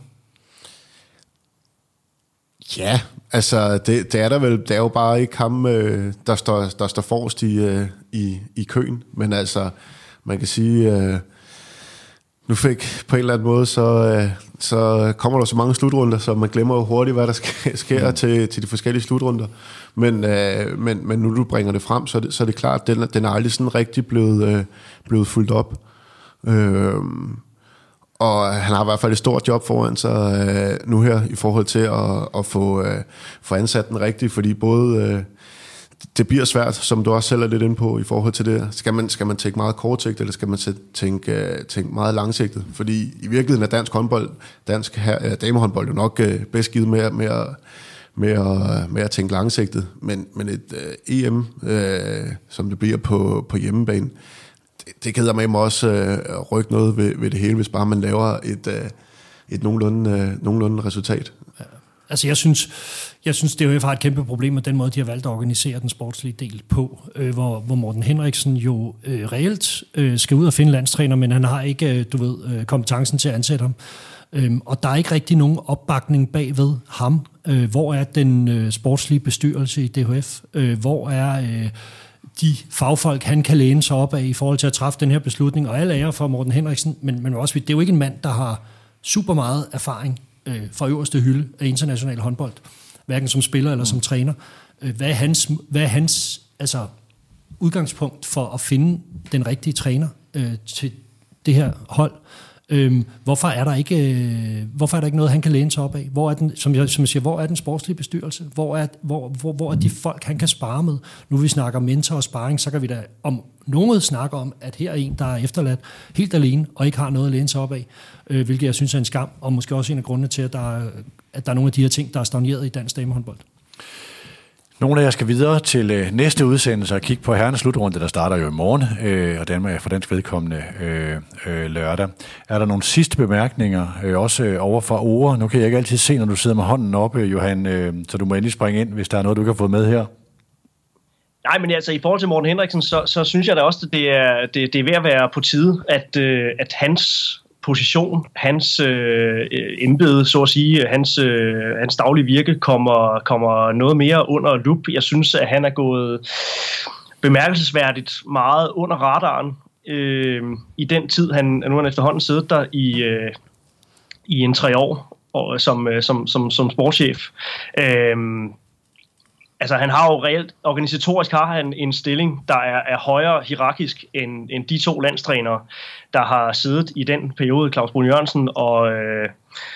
Ja, altså det, det er der vel, det er jo bare ikke ham, øh, der står, der står forrest i, øh, i, i køen, men altså, man kan sige, øh, nu fik på en eller anden måde, så, øh, så kommer der så mange slutrunder, så man glemmer jo hurtigt, hvad der sker, sker mm. til, til de forskellige slutrunder, men, øh, men, men nu du bringer det frem, så er det, så er det klart, at den, den er aldrig sådan rigtig blevet, øh, blevet fulgt op. Øh, Og han har i hvert fald et stort job foran sig øh, nu her i forhold til at, at få, øh, få ansat den rigtigt, fordi både øh, det bliver svært, som du også selv er lidt inde på i forhold til det. Skal man, skal man tænke meget kortsigtet, eller skal man tænke, øh, tænke meget langsigtet? Fordi i virkeligheden er dansk håndbold, dansk her, damehåndbold jo nok øh, bedst givet med, med, at, med, at, med at tænke langsigtet, men, men et øh, E M, øh, som det bliver på, på hjemmebane, det keder mig også øh, at rykke noget ved, ved det hele, hvis bare man laver et, øh, et nogenlunde, øh, nogenlunde resultat.
Ja. Altså jeg synes, jeg synes, D H F har et kæmpe problem med den måde, de har valgt at organisere den sportslige del på, øh, hvor, hvor Morten Henriksen jo øh, reelt øh, skal ud og finde landstræner, men han har ikke øh, du ved, øh, kompetencen til at ansætte ham. Øhm, og der er ikke rigtig nogen opbakning bagved ham. Øh, hvor er den øh, sportslige bestyrelse i D H F? Øh, hvor er... Øh, de fagfolk, han kan læne sig op af i forhold til at træffe den her beslutning, og alle ære for Morten Henriksen, men, men også, det er jo ikke en mand, der har super meget erfaring øh, fra øverste hylde af international håndbold, hverken som spiller eller som træner. Øh, hvad er hans, hvad er hans altså, udgangspunkt for at finde den rigtige træner øh, til det her hold? Øhm, hvorfor, er der ikke, øh, hvorfor er der ikke noget, han kan læne sig op af? Hvor er den, som jeg, som jeg siger, hvor er den sportslige bestyrelse? Hvor er, hvor, hvor, hvor er de folk, han kan spare med? Nu vi snakker mentor og sparring, så kan vi da om noget snakke om, at her er en, der er efterladt helt alene, og ikke har noget at læne sig op af, øh, hvilket jeg synes er en skam, og måske også en af grundene til, at der er, at der er nogle af de her ting, der er stagneret i dansk damehåndbold.
Nogle af jer skal videre til øh, næste udsendelse og kigge på herrenes slutrunde, der starter jo i morgen, øh, og den er for dansk vedkommende øh, øh, lørdag. Er der nogle sidste bemærkninger, øh, også øh, over for Ore? Nu kan jeg ikke altid se, når du sidder med hånden oppe, Johan, øh, så du må endelig springe ind, hvis der er noget, du kan få med her.
Nej, men altså i forhold til Morten Henriksen, så, så synes jeg da også, at det er, det, det er ved at være på tide, at, øh, at hans position, hans øh, embede, så at sige, hans, øh, hans daglige virke kommer, kommer noget mere under lup. Jeg synes, at han er gået bemærkelsesværdigt meget under radaren øh, i den tid, han nu har han efterhånden siddet der i, øh, i en tre år og, som, som, som, som sportschef. Øh, Altså, han har jo reelt, organisatorisk har han en stilling, der er, er højere hierarkisk end, end de to landstrænere, der har siddet i den periode, Claus Brun Jørgensen og, øh,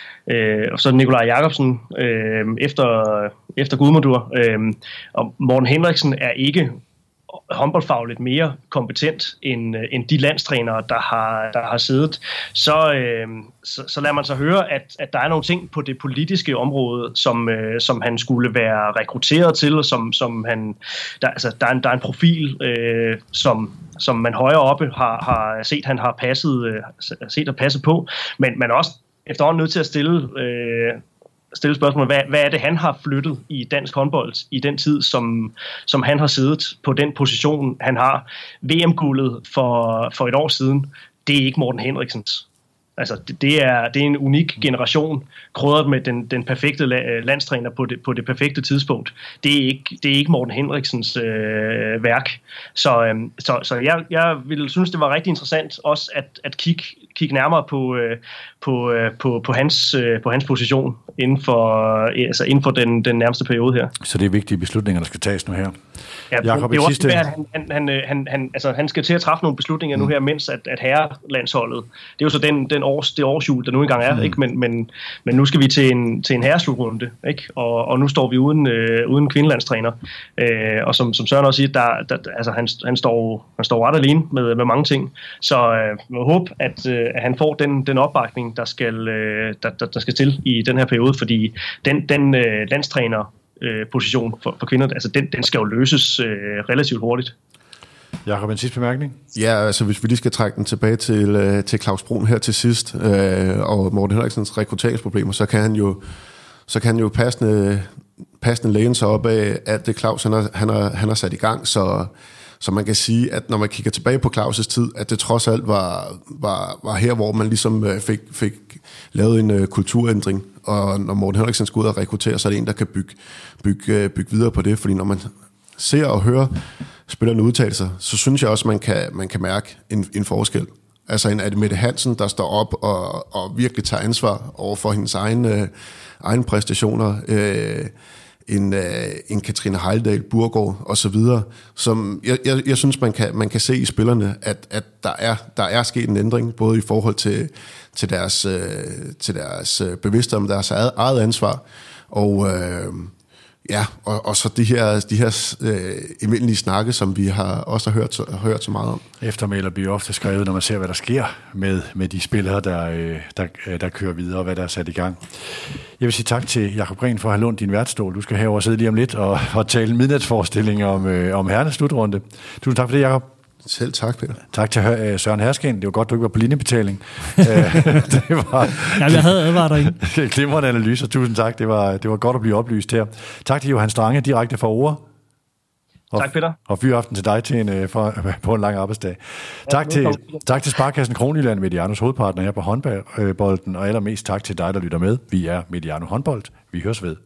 øh, og så Nikolaj Jakobsen øh, efter, efter Gudmundur. Øh, og Morten Henriksen er ikke håndboldfagligt mere kompetent end, end de landstrænere, der har, der har siddet, så, øh, så, så lader man så høre, at, at der er nogle ting på det politiske område, som, øh, som han skulle være rekrutteret til, og som, som han, der, altså, der, er en, der er en profil, øh, som, som man højere oppe har, har set, han har passet, øh, set at passe på, men man er også efterhånden nødt til at stille øh, stille spørgsmål, hvad, hvad er det, han har flyttet i dansk håndbold i den tid, som, som han har siddet på den position, han har. V M-guldet for, for et år siden, det er ikke Morten Henriksens. Altså, det, det, er, det er en unik generation, krydret med den, den perfekte landstræner på det, på det perfekte tidspunkt. Det er ikke, det er ikke Morten Henriksens øh, værk. Så, øh, så, så jeg, jeg ville synes, det var rigtig interessant også at, at kigge, kigge nærmere på, øh, på, øh, på, på, hans, øh, på hans position inden for, øh, altså inden for den, den nærmeste periode her.
Så det er vigtige beslutninger, der skal tages nu her.
Ja, Jacob, det er også sidste... med, at han, han, han, han, han, altså, han skal til at træffe nogle beslutninger mm. nu her, mens at, at herrelandsholdet, det er jo så den, den års, det årshjul, der nu engang er, mm. ikke? Men, men, men nu skal vi til en, til en herreslutrunde, ikke? Og, og nu står vi uden, øh, uden kvindelandstræner. Øh, og som, som Søren også siger, der, der, altså, han, han, står, han står ret alene med, med mange ting. Så øh, jeg håber, at, øh, at han får den, den opbakning, der skal, øh, der, der, der skal til i den her periode, fordi den, den øh, landstræner øh, position for, for kvinder, altså den, den skal jo løses øh, relativt hurtigt.
Jakob, en sidste bemærkning?
Ja, altså hvis vi lige skal trække den tilbage til, øh, til Claus Brun her til sidst, øh, og Morten Henriksens rekrutteringsproblemer, så kan han jo, så kan han jo passende, passende læne sig op af, at det Claus han har, han har, han har sat i gang, så, så man kan sige, at når man kigger tilbage på Claus' tid, at det trods alt var, var, var her, hvor man ligesom fik, fik lavet en uh, kulturændring, og når Morten Henriksen skal ud og rekruttere, så er det en, der kan bygge, bygge, bygge videre på det, fordi når man ser og hører spillerne udtale sig, så synes jeg også, man kan, man kan mærke en, en forskel. Altså en at Mette Hansen, der står op og, og virkelig tager ansvar over for hendes egne, øh, egne præstationer, øh, en, øh, en Katrine Heildal, Burgård og så videre, som jeg, jeg, jeg synes, man kan, man kan se i spillerne, at, at der, er, der er sket en ændring, både i forhold til, til deres, øh, til deres bevidsthed om deres eget, eget ansvar, og øh, ja, og, og så de her, de her øh, evindelige snakke, som vi har også har hørt, har hørt så meget om.
Eftermæler bliver ofte skrevet, når man ser, hvad der sker med, med de spillere, der, øh, der, der kører videre, og hvad der er sat i gang. Jeg vil sige tak til Jakob Green for at have lånt din værtstol. Du skal herover sidde lige om lidt og, og tale midnatsforestilling om, øh, om herrenes slutrunde. Tusind tak for det, Jakob.
Selv tak, Peter. Tak
til uh, Søren Herskind. Det var godt, du ikke var på linjebetaling. uh, det var
ja, jeg havde advaret derinde.
Glimrende analyser. Tusind tak. Det var, det var godt at blive oplyst her. Tak til Johan Strange, direkte fra Ore. Og,
tak, Peter.
Og fyraften til dig til en, for, på en lang arbejdsdag. Ja, tak, til, tak til Sparkassen Kronjylland, Medianos hovedpartner her på håndbolden, og allermest tak til dig, der lytter med. Vi er Mediano Håndbold. Vi høres ved.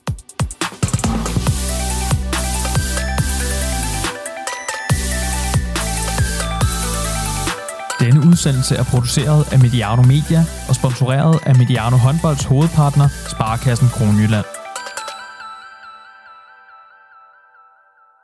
Denne udsendelse er produceret af Mediano Media og sponsoreret af Mediano Håndbolds hovedpartner, Sparkassen Kronjylland.